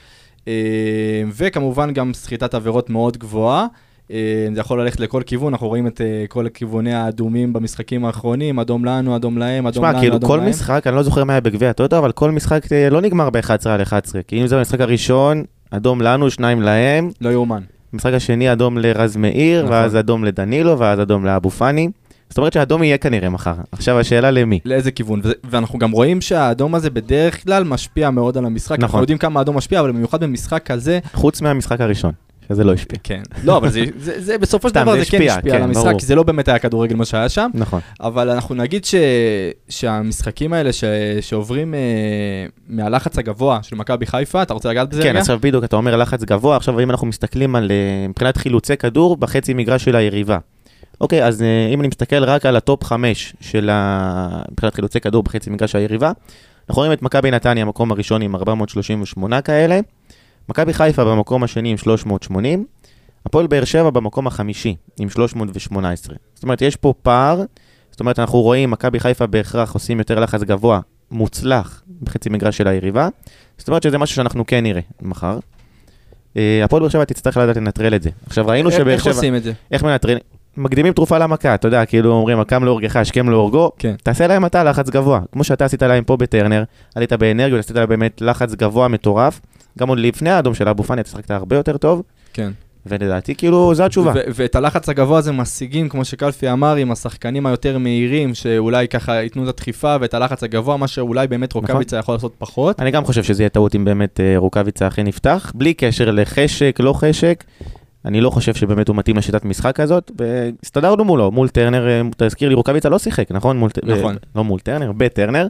וכמובן גם סחיטת עבירות מאוד גבוהה. זה יכול ללכת לכל כיוון, אנחנו רואים את כל כיווני האדומים במשחקים האחרונים, אדום לנו, אדום להם, אדום לנו, כאילו אדום כל להם. משחק, אני לא זוכר מה היה בגביע הטוטו, אבל כל משחק לא נגמר ב-11-11, כי אם זה במשחק הראשון, אדום לנו, 2 להם. לא יאומן. במשחק השני, אדום לרז מאיר, נכון. ואז אדום לדנילו, ואז אדום לאבו פני. זאת אומרת שהאדום יהיה כנראה מחר. עכשיו השאלה למי. לאיזה כיוון, ואנחנו גם רואים שהאדום הזה בדרך כלל משפיע מאוד על המשחק. נכון. אנחנו יודעים כמה האדום משפיע, אבל במיוחד במשחק כזה... חוץ מהמשחק הראשון. שזה לא השפיע. כן. לא, אבל זה בסופו של דבר זה כן השפיע על המשחק, כי זה לא באמת היה כדורגל מה שהיה שם. נכון. אבל אנחנו נגיד שהמשחקים האלה שעוברים מהלחץ הגבוה של מכבי חיפה, אתה רוצה לגעת בזה רגע? כן, עכשיו בדיוק אתה אומר לחץ גבוה, עכשיו אם אנחנו מסתכלים על מבחינת חילוצי כדור בחצי מגרש של היריבה. אוקיי, אז אם אני מסתכל רק על הטופ 5 של מבחינת חילוצי כדור בחצי מגרש היריבה, אנחנו רואים את מכבי נתניה, המקום הראשון עם 438 כאלה, מכבי חיפה במקום השני עם 380, הפועל באר שבע במקום החמישי עם 318. זאת אומרת, יש פה פער, זאת אומרת, אנחנו רואים מכבי חיפה בהכרח עושים יותר לחץ גבוה, מוצלח בחצי מגרש של היריבה, זאת אומרת שזה משהו שאנחנו כן נראה מחר. הפועל באר שבע תצטרך לדעת לנטרל את זה. עכשיו ראינו שבאר שבע... איך עושים את זה? איך מנטרלים? מקדימים תרופה למכה, אתה יודע, כאילו אומרים, הקם להורגך, השכם להורגו, כן. תעשה להם אתה לחץ גבוה, כמו שאתה עשית להם פה בטרנר, עלית באנרגיות, עשית להם באמת לחץ גבוה מטורף, גם עוד לפני האדום של אבו פני, אתה שחקת הרבה יותר טוב, כן. ולדעתי, כאילו, זו התשובה. ואת הלחץ הגבוה הזה משיגים, כמו שקלפי אמר, עם השחקנים היותר מהירים, שאולי ככה ייתנו את הדחיפה, ואת הלחץ הגבוה, מה שאולי באמת רוקאביצה יכול לעשות פחות. אני גם חושב שזה יהיה טעות אם באמת רוקאביצה הכי נפתח, בלי קשר לחשק, לא חשק. אני לא חושב שבאמת הוא מתאים לשיטת משחק הזאת, והסתדרנו מולו, מול טרנר, תזכיר לי, רוקאביצה לא שיחק, נכון? נכון. לא מול טרנר, בטרנר.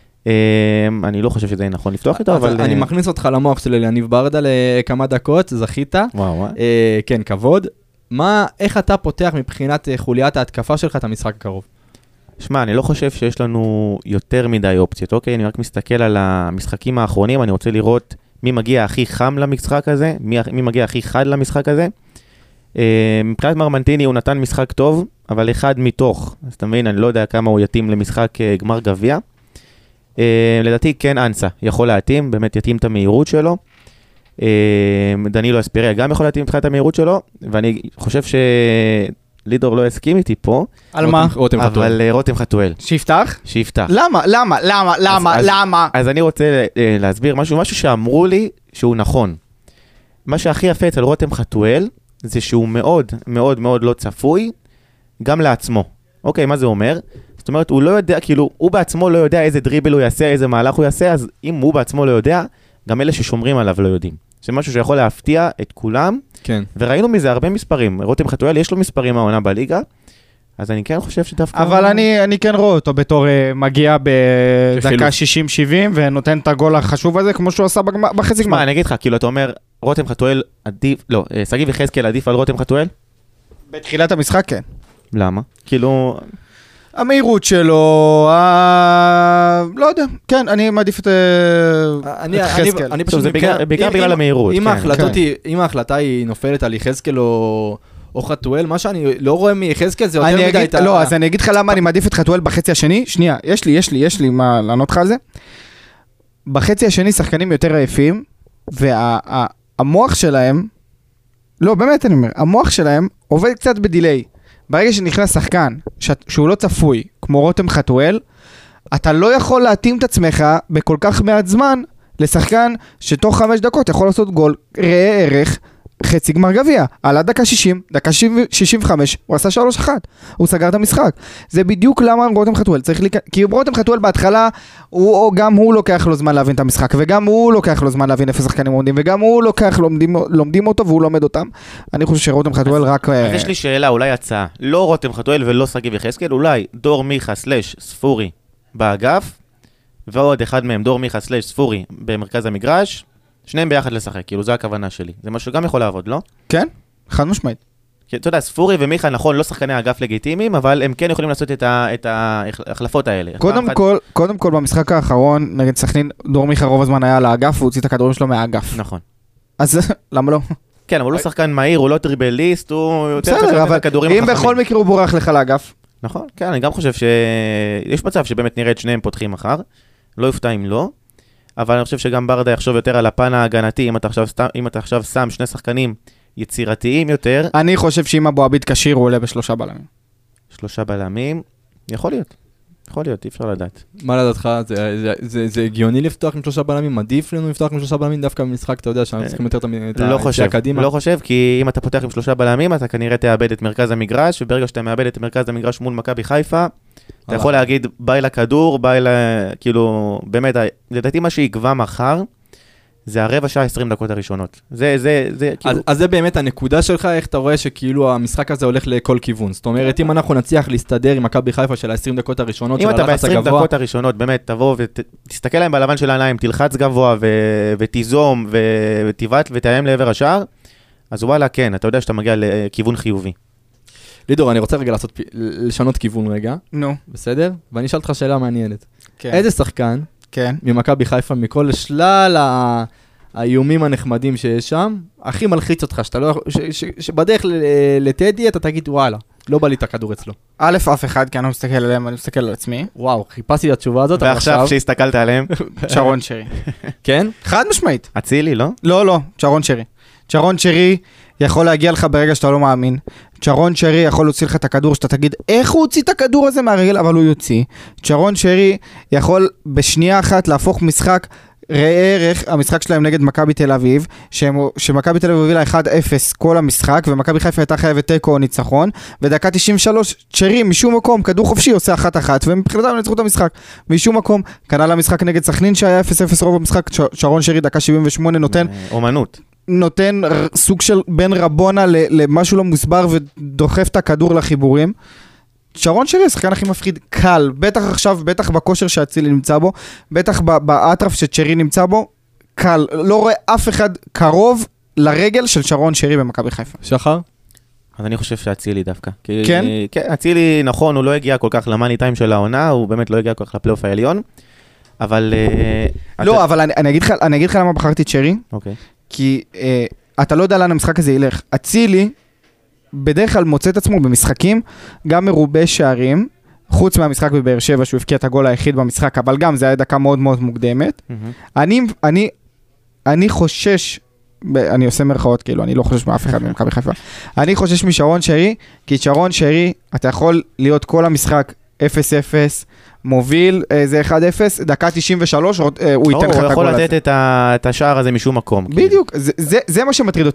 אני לא חושב שזה יהיה נכון לפתוח איתו, אבל... אני מכניס אותך למוח של יניב ברדה לכמה דקות, זכית. וואו. כן, כבוד. איך אתה פותח מבחינת חוליית ההתקפה שלך את המשחק הקרוב? שמע, אני לא חושב שיש לנו יותר מדי אופציות, אוקיי? אני רק מסתכל על המשחקים האחרונים, אני רוצה לראות מי מגיע הכי חם למשחק הזה, מי מגיע הכי חד למשחק הזה. מבחינת מרמנטיני הוא נתן משחק טוב, אבל אחד מתוך, אז אתה מבין, אני לא יודע כמה הוא יתאים למשחק גמר גביע. לדעתי כן אנסה יכול להתאים, באמת יתאים את המהירות שלו. דנילו אספיריה גם יכול להתאים את המהירות שלו, ואני חושב לידור לא הסכים איתי פה. על מה? אבל רותם חתואל. שיפתח? שיפתח. למה? אז אני רוצה להסביר משהו שאמרו לי שהוא נכון. מה שהכי יפה אצל רותם חתואל, זה שהוא מאוד מאוד מאוד לא צפוי, גם לעצמו. אוקיי, מה זה אומר? זאת אומרת, הוא לא יודע, כאילו, הוא בעצמו לא יודע איזה דריבל הוא יעשה, איזה מהלך הוא יעשה, אז אם הוא בעצמו לא יודע, גם אלה ששומרים עליו לא יודעים. זה משהו שיכול להפתיע את כולם, כן. וראינו מזה הרבה מספרים. רותם חתואל יש לו מספרים העונה בליגה, אז אני כן חושב שדווקא... אבל אני כן רואה אותו בתור מגיע בדקה 60-70 ונותן את הגול החשוב הזה כמו שהוא עשה בחצי גמר. מה, אני אגיד לך, כאילו אתה אומר, רותם חתואל עדיף, לא, שגיב יחזקאל עדיף על רותם חתואל? בתחילת המשחק כן. למה? כאילו... המהירות שלו, לא יודע, כן, אני מעדיף את יחזקאל. אני פשוט... זה בעיקר בגלל המהירות. אם ההחלטה היא נופלת על יחזקאל או חתואל, מה שאני לא רואה מיחזקאל זה יותר מדי... לא, אז אני אגיד לך למה אני מעדיף את חתואל בחצי השני. שנייה, יש לי מה לענות לך על זה. בחצי השני שחקנים יותר עייפים, והמוח שלהם, לא, באמת אני אומר, המוח שלהם עובד קצת בדיליי. ברגע שנכנס שחקן שהוא לא צפוי, כמו רותם חתואל, אתה לא יכול להתאים את עצמך בכל כך מעט זמן לשחקן שתוך 5 דקות יכול לעשות גול ראה ערך חצי גמר גביע. על הדקה 60, דקה 65, הוא עשה 3-1. הוא סגר את המשחק. זה בדיוק למה רותם חתואל צריך כי רותם חתואל בהתחלה, גם הוא לוקח לו זמן להבין את המשחק, וגם הוא לוקח לו זמן להבין איפה שחקנים עומדים, וגם הוא לוקח, לומדים אותו והוא לומד אותם. אני חושב שרותם חתואל רק... אז יש לי שאלה, אולי הצעה. לא רותם חתואל ולא שגיב יחזקאל, אולי דור מיכה / ספורי באגף, ועוד אחד מהם, דור מיכה / ספורי במרכז המגרש, שניהם ביחד לשחק, כאילו זו הכוונה שלי. זה משהו גם יכול לעבוד, לא? כן, חד משמעית. כי אתה יודע, ספורי ומיכה, נכון, לא שחקני אגף לגיטימיים, אבל הם כן יכולים לעשות את ההחלפות האלה. קודם כל, במשחק האחרון, נגד סכנין, דור מיכה רוב הזמן היה על האגף, והוא הוציא את הכדורים שלו מהאגף. נכון. אז למה לא? כן, אבל הוא לא שחקן מהיר, הוא לא טריבליסט, הוא יותר בסדר, אבל אם בכל מקרה הוא בורח לך לאגף. נכון, כן, אני גם חושב שיש מצב שבאמת נראה את שניהם פותחים מחר, לא יופתע אם לא, אבל אני חושב שגם ברדה יחשוב יותר על הפן ההגנתי, אם אתה עכשיו שם שני שחקנים יצירתיים יותר. אני חושב שאם אבו עביד כשיר הוא עולה ב3 בלמים. 3 בלמים, יכול להיות, אי אפשר לדעת. מה לדעתך? זה הגיוני לפתוח עם 3 בלמים? עדיף לנו לפתוח עם 3 בלמים דווקא במשחק, אתה יודע שאנחנו צריכים יותר את הקדימה? לא חושב, כי אם אתה פותח עם 3 בלמים, אתה כנראה תאבד את מרכז המגרש, וברגע שאתה מאבד את מרכז המגרש מול מכבי חיפה, אתה יכול להגיד ביי לכדור, כאילו, באמת, לדעתי מה שיקבע מחר, זה הרבע שעה 20 דקות הראשונות. אז זה באמת הנקודה שלך, איך אתה רואה שכאילו המשחק הזה הולך לכל כיוון. זאת אומרת, אם אנחנו נצליח להסתדר עם מכבי חיפה של ה-20 דקות הראשונות, אם אתה ב-20 דקות הראשונות, באמת, תבוא ותסתכל להם בלבן של העיניים, תלחץ גבוה ותיזום ותיבט ותאיים לעבר השער, אז וואלה, כן, אתה יודע שאתה מגיע לכיוון חיובי. לידור, אני רוצה רגע לשנות כיוון רגע. נו. בסדר? ואני אשאל אותך שאלה מעניינת. כן. איזה שחקן ממכבי חיפה, מכל שלל האיומים הנחמדים שיש שם, הכי מלחיץ אותך, שבדרך לטדי אתה תגיד, וואלה, לא בא לי את הכדור אצלו. אף אחד, כי אני לא מסתכל עליהם, אני מסתכל על עצמי. וואו, חיפשתי את התשובה הזאת. ועכשיו שהסתכלת עליהם? שרון שרי. כן? חד משמעית. אצילי, לא? לא, שרון שרי. שרון שרי יכול להגיע לך ברגע שאתה לא מאמין. שרון שרי יכול להוציא לך את הכדור, שאתה תגיד, איך הוא הוציא את הכדור הזה מהרגל, אבל הוא יוציא. שרון שרי יכול בשנייה אחת להפוך משחק ראה ערך, המשחק שלהם נגד מכבי תל אביב, שמכבי תל אביב הובילה 1-0 כל המשחק, ומכבי חיפה הייתה חייבת תיקו או ניצחון, ודקה 93, שרי משום מקום, כדור חופשי עושה 1-1, ומבחינתם ניצחו את המשחק. משום מקום, כנ"ל המשחק נגד סכנין שהיה 0-0 רוב המשחק, שרון שרי דקה 78 נותן סוג של בין רבונה למשהו לא מוסבר ודוחף את הכדור לחיבורים. שרון שרי, השחקן הכי מפחיד, קל, בטח עכשיו, בטח בכושר שהצילי נמצא בו, בטח באטרף שצ'רי נמצא בו, קל, לא רואה אף אחד קרוב לרגל של שרון שרי במכבי חיפה. שחר? אז אני חושב שהצילי דווקא. כן? כן, הצילי, נכון, הוא לא הגיע כל כך למאני טיים של העונה, הוא באמת לא הגיע כל כך לפלייאוף העליון, אבל... לא, אבל אני אגיד לך למה בחרתי צ'רי, כי אתה לא יודע לאן המשחק הזה ילך. הצילי בדרך כלל מוצא את עצמו במשחקים גם מרובי שערים, חוץ מהמשחק בבאר שבע שהוא הפקיע את הגול היחיד במשחק, אבל גם זה היה דקה מאוד מאוד מוקדמת. אני חושש, אני עושה מרכאות כאילו, אני לא חושש מאף אחד ממכבי חיפה. אני חושש משרון שרי, כי שרון שרי, אתה יכול להיות כל המשחק 0-0, מוביל, זה 1-0, דקה 93, הוא ייתן לך את הגול הזה. הוא יכול לתת את השער הזה משום מקום. בדיוק, זה מה שמטריד אותי.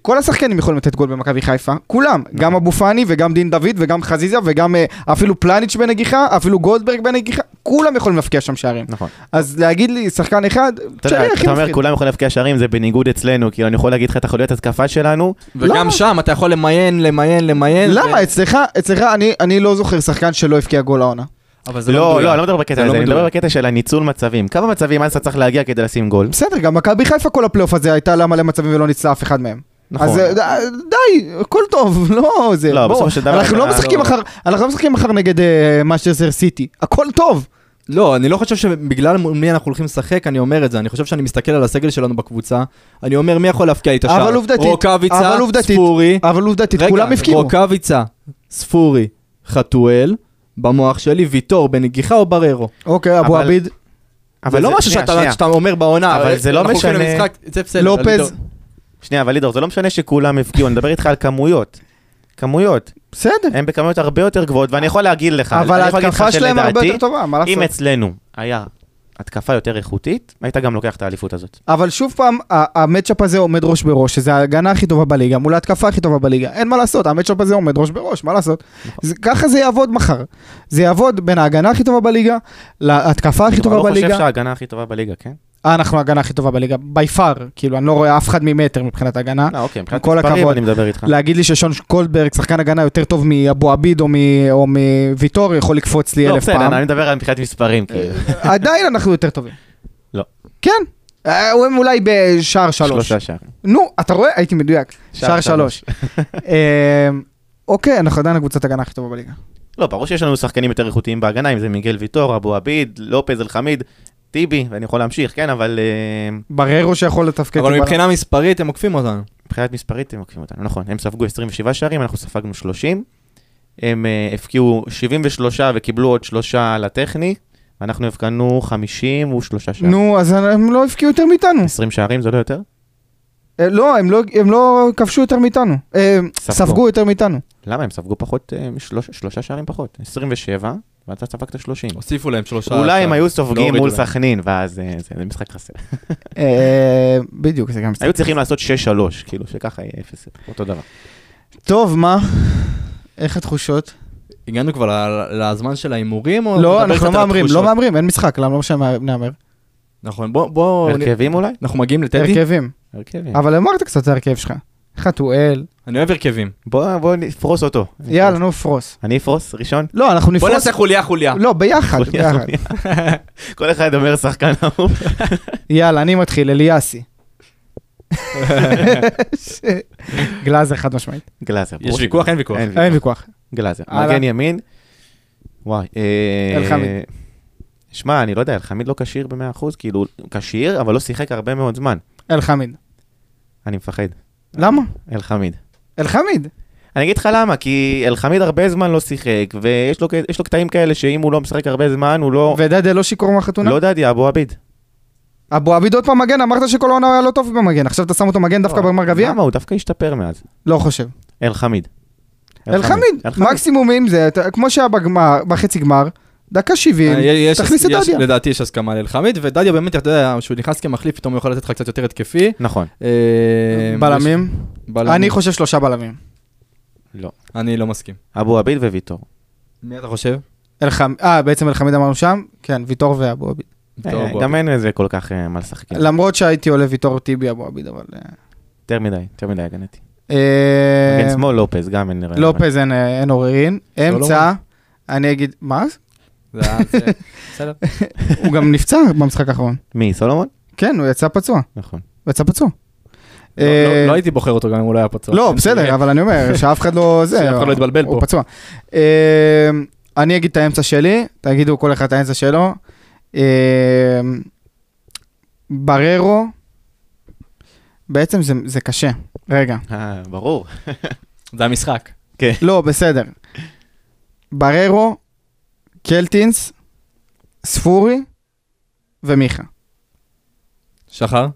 כל השחקנים יכולים לתת גול במכבי חיפה, כולם, גם אבו פאני וגם דין דוד וגם חזיזה וגם אפילו פלניץ' בנגיחה, אפילו גולדברג בנגיחה, כולם יכולים להפקיע שם שערים. נכון. אז להגיד לי, שחקן אחד, אתה אומר, כולם יכולים להפקיע שערים, זה בניגוד אצלנו, כי אני יכול להגיד לך את החוליות התקפה שלנו. וגם שם אתה יכול למיין. למה? אצלך אני לא זוכר שחקן שלא הפקיע גול העונה. לא, אני לא מדבר בקטע הזה, אני מדבר בקטע של הניצול מצבים. כמה מצבים אז אתה צריך להגיע כדי לשים גול? בסדר, גם מכבי חיפה כל הפלייאוף הזה הייתה לה מלא מצבים ולא ניצלה אף אחד מהם. נכון. אז די, הכל טוב, לא זה. לא, בסופו של דבר... אנחנו לא משחקים מחר נגד מנצ'סטר סיטי, הכל טוב. לא, אני לא חושב שבגלל מי אנחנו הולכים לשחק, אני אומר את זה, אני חושב שאני מסתכל על הסגל שלנו בקבוצה, אני אומר מי יכול להפקיע את השער? רוקאביצה, ספורי. אבל עובדתית, כולם הפקיעו. רוקאביצה, ספורי, חתואל, במוח שלי, ויטור, בנגיחה או בררו. אוקיי, אבו עביד. אבל לא משהו שאתה אומר בעונה, אבל זה לא משנה. לופז. שנייה, אבל לידור, זה לא משנה שכולם הפקיעו, אני מדבר איתך על כמויות. בסדר. הם בכמויות הרבה יותר גבוהות, ואני יכול להגיד לך, אבל ההתקפה שלהם הרבה יותר טובה, מה לעשות? אם אצלנו היה התקפה יותר איכותית, היית גם לוקח את האליפות הזאת. אבל שוב פעם, המאצ'אפ הזה עומד ראש בראש, שזה ההגנה הכי טובה בליגה, מול ההתקפה הכי טובה בליגה, אין מה לעשות, המאצ'אפ הזה עומד ראש בראש, מה לעשות? ככה זה יעבוד מחר. זה יעבוד בין ההגנה הכי טובה בליגה, להתקפה הכי טובה בליגה. אני לא חושב שההגנה הכי טובה בליגה, כן? אנחנו ההגנה הכי טובה בליגה, by far, כאילו, אני לא רואה אף אחד ממטר מבחינת ההגנה. אוקיי, מבחינת מספרים אני מדבר איתך. להגיד לי ששון קולדברג, שחקן הגנה יותר טוב מאבו עביד או מוויטור, יכול לקפוץ לי 1000 פעם. לא, בסדר, אני מדבר על מבחינת מספרים. עדיין אנחנו יותר טובים. לא. כן. הם אולי בשער 3. 3 שערים. נו, אתה רואה? הייתי מדויק. שער 3. אוקיי, אנחנו עדיין הקבוצת הגנה הכי טובה בליגה. לא, ברור שיש לנו שחקנים יותר איכותיים בהגנה, אם זה מיגל ויטור, אבו עביד, לופז אלחמיד, טיבי, ואני יכול להמשיך, כן, אבל... בררו שיכול לתפקד. אבל מבחינה מספרית הם עוקפים אותנו. מבחינת מספרית הם עוקפים אותנו, נכון. הם ספגו 27 שערים, אנחנו ספגנו 30. הם הפקיעו 73 וקיבלו עוד 3 לטכני, ואנחנו הפקענו 53 שערים. נו, אז הם לא הפקיעו יותר מאיתנו. 20 שערים זה לא יותר? לא, הם לא כבשו יותר מאיתנו. ספגו יותר מאיתנו. למה? הם ספגו פחות, 3 שערים פחות. 27, ואתה ספגת 30. הוסיפו להם 3. אולי הם היו סופגים מול סכנין, ואז זה משחק חסר. בדיוק, זה גם משחק. היו צריכים לעשות 6-3, כאילו שככה יהיה 0, אותו דבר. טוב, מה? איך התחושות? הגענו כבר לזמן של האימורים? לא, אנחנו לא מאמרים, אין משחק, למה לא שנאמר? נכון, בוא... הרכבים אולי? אנחנו מגיעים לטדי? הרכבים. אבל אמרת קצת את ההרכב שלך. חתואל. אני אוהב הרכבים. בוא נפרוס אותו. יאללה, נו, פרוס. אני אפרוס ראשון? לא, אנחנו נפרוס. בוא נעשה חוליה. לא, ביחד. כל אחד אומר שחקן אהוב. יאללה, אני מתחיל, אליאסי. גלאזר חד משמעית. גלאזר. יש ויכוח? אין ויכוח. אין ויכוח. גלאזר. מגן ימין. וואי. אלחמיד. שמע, אני לא יודע, אלחמיד לא קשיר ב100%, כאילו, קשיר, אבל לא שיחק הרבה מאוד זמן. אלחמיד. אני מפחד. למה? אלחמיד. אלחמיד. אני אגיד לך למה, כי אלחמיד הרבה זמן לא שיחק, ויש לו קטעים כאלה שאם הוא לא משחק הרבה זמן, הוא לא... ודדיה לא שיקור מהחתונה? לא דדיה, אבו עביד. אבו עביד עוד פעם מגן, אמרת שכל העונה היה לא טוב במגן, עכשיו אתה שם אותו מגן דווקא בגמר גביע? למה? הוא דווקא השתפר מאז. לא חושב. אלחמיד. אלחמיד, מקסימום אם זה, כמו שהיה בחצי גמר, דקה 70, תכניס את דדיה. לדעתי יש הסכמה על אלחמיד, ודדיה באמת, אתה יודע, שהוא נכנס כמחליף, פתאום הוא יכול לתת לך קצת יותר התקפי. נכון. בלמים? אני חושב 3 בלמים. לא. אני לא מסכים. אבו עביד וויטור. מי אתה חושב? בעצם אלחמיד אמרנו שם? כן, ויטור ואבו עביד. גם אין איזה כל כך מה לשחק. למרות שהייתי עולה ויטור טיבי אבו עביד, אבל... יותר מדי הגנתי. מגן שמאל לופז, גם אין נראה. לופז אין עוררין. אמצע, אני אגיד, מה? בסדר. הוא גם נפצע במשחק האחרון. מי, סולומון? כן, הוא יצא פצוע. נכון. הוא יצא פצוע. לא הייתי בוחר אותו גם אם הוא לא היה פצוע. לא, בסדר, אבל אני אומר שאף אחד לא זה. שאף אחד לא יתבלבל פה. הוא פצוע. אני אגיד את האמצע שלי, תגידו כל אחד את האמצע שלו. בררו, בעצם זה קשה. רגע. ברור. זה המשחק. כן. לא, בסדר. בררו, קלטינס, ספורי ומיכה. שחר?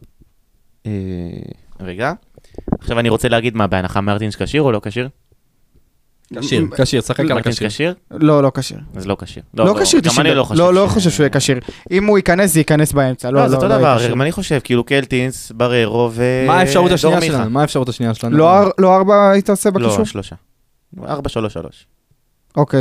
רגע. עכשיו אני רוצה להגיד מה, בהנחה מרטינס קשיר או לא קשיר? כשיר, שחק על מרטינס הכשיר. כשיר? לא, לא כשיר. אז לא כשיר. לא כשיר, גם אני לא חושב. לא חושב שהוא יהיה כשיר. אם הוא ייכנס, זה ייכנס באמצע. לא, זה אותו דבר, אני חושב, כאילו קלטינס, בררו ו... מה האפשרות השנייה שלנו? מה האפשרות השנייה שלנו? לא 4 היית עושה בקישור? לא, 3. 4-3-3. אוקיי.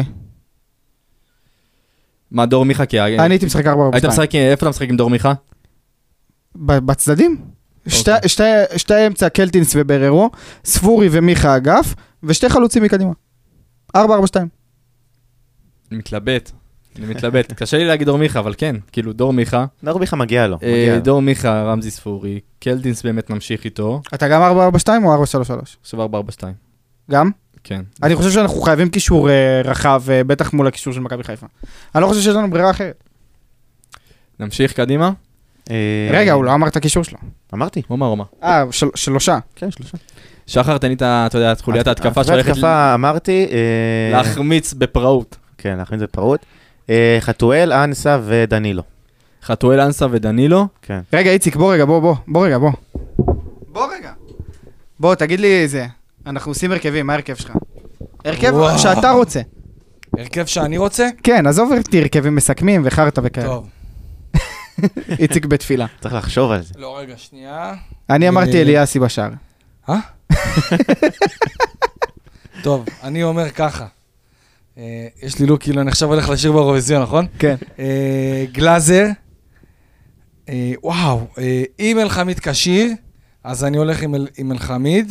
מה, דור מיכה? אני הייתי משחק 4-4-2. היית משחק, איפה אתה משחק עם דור מיכה? בצדדים. שתי אמצע, קלטינס ובררו, ספורי ומיכה אגף, ושתי חלוצים מקדימה. 4-4-2. אני מתלבט. קשה לי להגיד דור מיכה, אבל כן, כאילו דור מיכה. דור מיכה מגיע לו. דור מיכה, רמזי ספורי, קלטינס באמת ממשיך איתו. אתה גם 4-4-2 או 4-3-3? עכשיו 4-4-2. גם? כן. אני חושב שאנחנו חייבים קישור רחב, בטח מול הקישור של מכבי חיפה. אני לא חושב שיש לנו ברירה אחרת. נמשיך קדימה? רגע, הוא לא אמר את הקישור שלו. אמרתי. אומר. 3. כן, 3. שחר, תן לי את חוליית ההתקפה שהולכת ההתקפה אמרתי... להחמיץ בפראות. כן, להחמיץ בפראות. חתואל, אנסה ודנילו. חתואל, אנסה ודנילו. כן. רגע, איציק, בוא רגע. בוא, תגיד לי זה. אנחנו עושים הרכבים, מה ההרכב שלך? הרכב שאתה רוצה. הרכב שאני רוצה? כן, עזוב אותי הרכבים מסכמים וחרטה וכאלה. טוב. איציק בתפילה. צריך לחשוב על זה. לא, רגע, שנייה. אני אמרתי אליאסי בשער. טוב, אני אומר ככה. יש לי לוק, כאילו, אני עכשיו הולך לשיר באירוויזיון, נכון? כן. גלאזר. וואו, אם אלחמיד כשיר, אז אני הולך עם אלחמיד.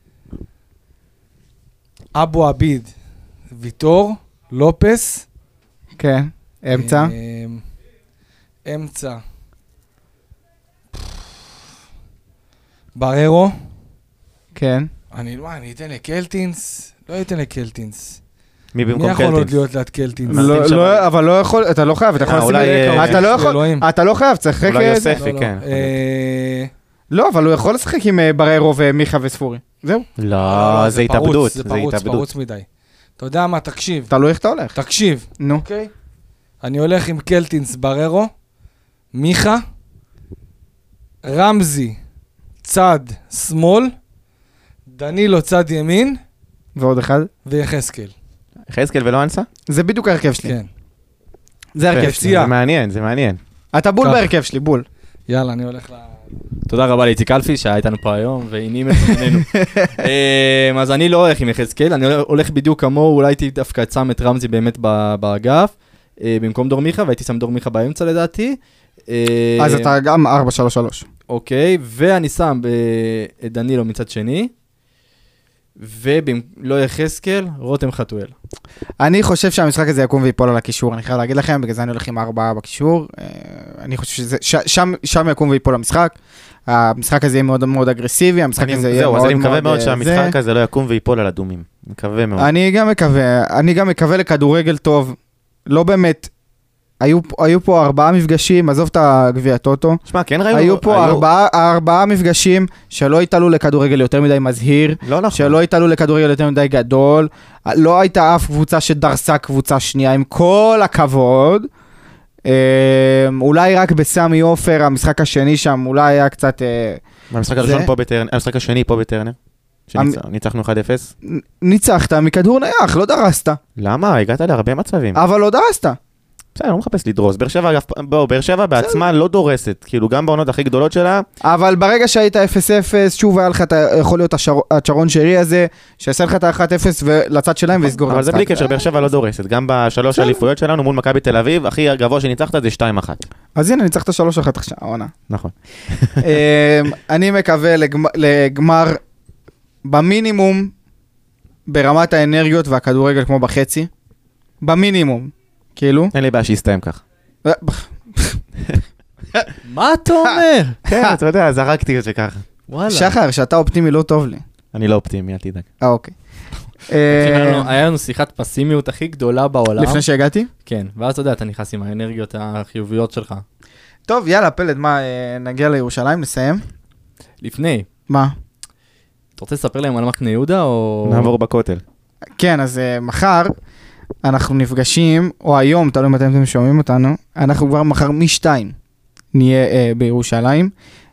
אבו עביד, ויטור, לופס. כן, אמצע. אמצע. בררו. כן. אני אתן לקלטינס? לא אתן לקלטינס. מי במקום מי יכול עוד קלטינס? להיות ליד קלטינס? לא, אבל לא יכול, אתה לא חייב, אתה יכול לשים... אתה לא חייב, צריך... אולי יוספי, כן. לא, אבל הוא יכול לשחק עם בררו ומיכה וספורי. זהו. לא, זה התאבדות. זה פרוץ מדי. אתה יודע מה, תקשיב. תלוי איך אתה הולך. תקשיב. נו. אוקיי? אני הולך עם קלטינס בררו, מיכה, רמזי צד שמאל, דנילו צד ימין, ועוד אחד. ויחזקאל. יחזקאל ולא אנסה? זה בדיוק ההרכב שלי. כן. זה ההרכב שלי. זה מעניין. אתה בול בהרכב שלי, בול. יאללה, אני הולך תודה רבה לאיציק אלפי שהיה איתנו פה היום, והנים את עצמנו. אז אני לא הולך עם יחזקאל, אני הולך בדיוק כמוהו, אולי הייתי דווקא שם את רמזי באמת באגף, במקום דור מיכה, והייתי שם דור מיכה באמצע לדעתי. אז אתה גם 4-3-3. אוקיי, ואני שם את דנילו מצד שני, ולא יחזקאל, רותם חתואל. אני חושב שהמשחק הזה יקום ויפול על הקישור, אני חייב להגיד לכם, בגלל זה אני הולך עם 4 בקישור. אני חושב ששם יקום ויפול המשחק. המשחק הזה יהיה מאוד מאוד אגרסיבי, המשחק הזה יהיה מאוד מאוד... אז אני מקווה מאוד שהמשחק הזה לא יקום ויפול על אדומים. מקווה מאוד. אני גם מקווה לכדורגל טוב. לא באמת, היו פה 4 מפגשים, עזוב את הגביע טוטו. שמע, כן ראינו... היו פה 4 מפגשים שלא התעלו לכדורגל יותר מדי מזהיר, לא נכון. שלא התעלו לכדורגל יותר מדי גדול, לא הייתה אף קבוצה שדרסה קבוצה שנייה, עם כל הכבוד. אולי רק בסמי אופר, המשחק השני שם, אולי היה קצת... המשחק הראשון פה בטרנר, המשחק השני פה בטרנר. שניצחנו 1-0. ניצחת מכדור נייח, לא דרסת. למה? הגעת להרבה מצבים. אבל לא דרסת. בסדר, לא מחפש לדרוס. באר שבע בעצמה לא דורסת, כאילו גם בעונות הכי גדולות שלה. אבל ברגע שהיית 0-0, שוב היה לך, יכול להיות השרון שרי הזה, שעשה לך את ה-1-0 ולצד שלהם ויסגור את המשחק. אבל זה בלי קשר, באר שבע לא דורסת. גם בשלוש האליפויות שלנו מול מכבי תל אביב, הכי הגבוה שניצחת זה 2-1. אז הנה, ניצחת 3-1 עכשיו, עונה. נכון. אני מקווה לגמר במינימום, ברמת האנרגיות והכדורגל כמו בחצי. במינימום. כאילו? אין לי בעיה שיסתיים כך. מה אתה אומר? כן, אתה יודע, זרקתי את זה ככה. שחר, שאתה אופטימי לא טוב לי. אני לא אופטימי, אל תדאג. אוקיי. היה לנו שיחת פסימיות הכי גדולה בעולם. לפני שהגעתי? כן, ואז אתה יודע, אתה נכנס עם האנרגיות החיוביות שלך. טוב, יאללה, פלד, מה, נגיע לירושלים, נסיים? לפני. מה? אתה רוצה לספר להם על מחנה יהודה או... נעבור בכותל. כן, אז מחר אנחנו נפגשים, או היום, תלוי מתי אתם שומעים אותנו, אנחנו כבר מחר מ-2 נהיה בירושלים.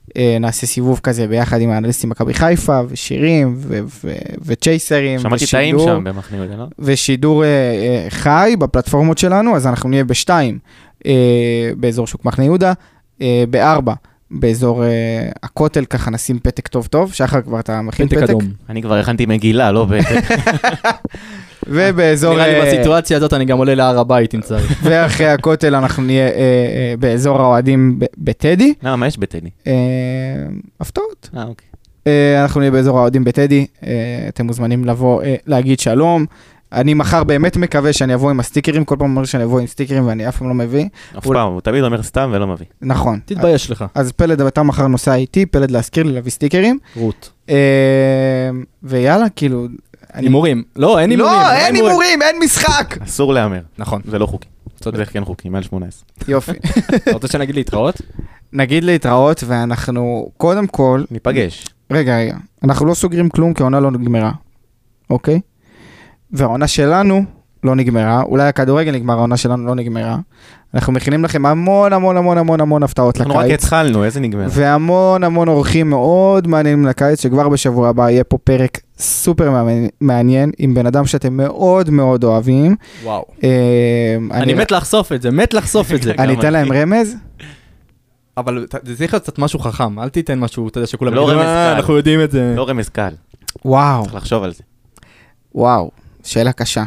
נעשה סיבוב כזה ביחד עם האנליסטים מכבי חיפה, ושירים, וצ'ייסרים, שמעתי טעים שם במחנה יהודה, לא? ושידור חי בפלטפורמות שלנו, אז אנחנו נהיה ב2, באזור שוק מחנה יהודה, ב4, באזור הכותל, ככה נשים פתק טוב טוב, שחר כבר אתה מכין פתק. אדום. אני כבר הכנתי מגילה, לא פתק. ובאזור... נראה לי בסיטואציה הזאת אני גם עולה להר הבית אם צריך. ואחרי הכותל אנחנו נהיה באזור האוהדים בטדי. מה יש בטדי? הפתעות. אוקיי. אנחנו נהיה באזור האוהדים בטדי, אתם מוזמנים לבוא להגיד שלום. אני מחר באמת מקווה שאני אבוא עם הסטיקרים, כל פעם אומר שאני אבוא עם סטיקרים ואני אף פעם לא מביא. אף פעם, הוא תמיד אומר סתם ולא מביא. נכון. תתבייש לך. אז פלד, אתה מחר נוסע איתי, פלד להזכיר לי להביא סטיקרים. רות. ויאללה, כאילו... הימורים. לא, אין הימורים. לא, אין הימורים, אין משחק. אסור להמר. נכון. זה לא חוקי. זה כן חוקי, מעל 18. יופי. אתה רוצה שנגיד להתראות? נגיד להתראות, ואנחנו קודם כל... ניפגש. רגע. אנחנו לא סוגרים כלום, כי העונה לא נגמרה. אוקיי? והעונה שלנו לא נגמרה. אולי הכדורגל נגמר, העונה שלנו לא נגמרה. אנחנו מכינים לכם המון המון המון המון המון הפתעות לקיץ. אנחנו רק התחלנו, איזה נגמר? והמון המון אורחים מאוד מעניינים לקיץ, שכבר בשבוע הבא יהיה פה פרק סופר מעניין, עם בן אדם שאתם מאוד מאוד אוהבים. וואו. אני מת לחשוף את זה, מת לחשוף את זה. אני אתן להם רמז? אבל זה צריך להיות קצת משהו חכם, אל תיתן משהו, אתה יודע שכולם... לא רמז קל. אנחנו יודעים את זה. לא רמז קל. וואו. צריך לחשוב על זה. וואו, שאלה קשה.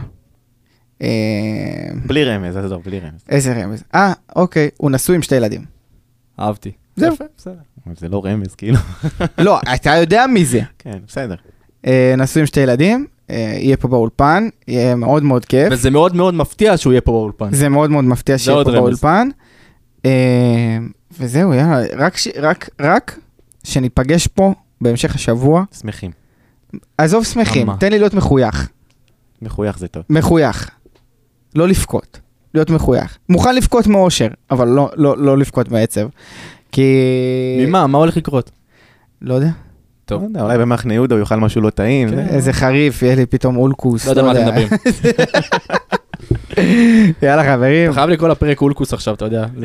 בלי רמז, עזוב, בלי רמז. איזה רמז? אוקיי, הוא נשוי עם 2 ילדים. אהבתי. זהו. בסדר. אבל זה לא רמז, כאילו. לא, אתה יודע מי זה. כן, בסדר. נשוי עם 2 ילדים, יהיה פה באולפן, יהיה מאוד מאוד כיף. וזה מאוד מאוד מפתיע שהוא יהיה פה באולפן. זה מאוד מאוד מפתיע שיהיה פה באולפן. וזהו, יאללה, רק שניפגש פה בהמשך השבוע. שמחים. עזוב שמחים, תן לי להיות מחוייך. מחוייך זה טוב. מחוייך. לא לפקות, להיות מחוייך. מוכן לפקות מאושר, אבל לא לפקות מעצב. כי... ממה? מה הולך לקרות? לא יודע. טוב. לא יודע, אולי במחנה יהודה הוא יאכל משהו לא טעים. איזה חריף, יהיה לי פתאום אולקוס. לא יודע מה אתם מדברים. יאללה חברים. אתה חייב לי כל הפרק אולקוס עכשיו, אתה יודע.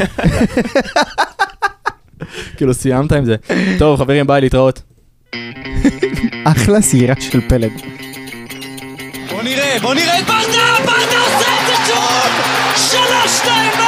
כאילו סיימת עם זה. טוב חברים, ביי, להתראות. אחלה סגירה של פלד. בוא נראה, ברדה עושה את זה שוב! 3-2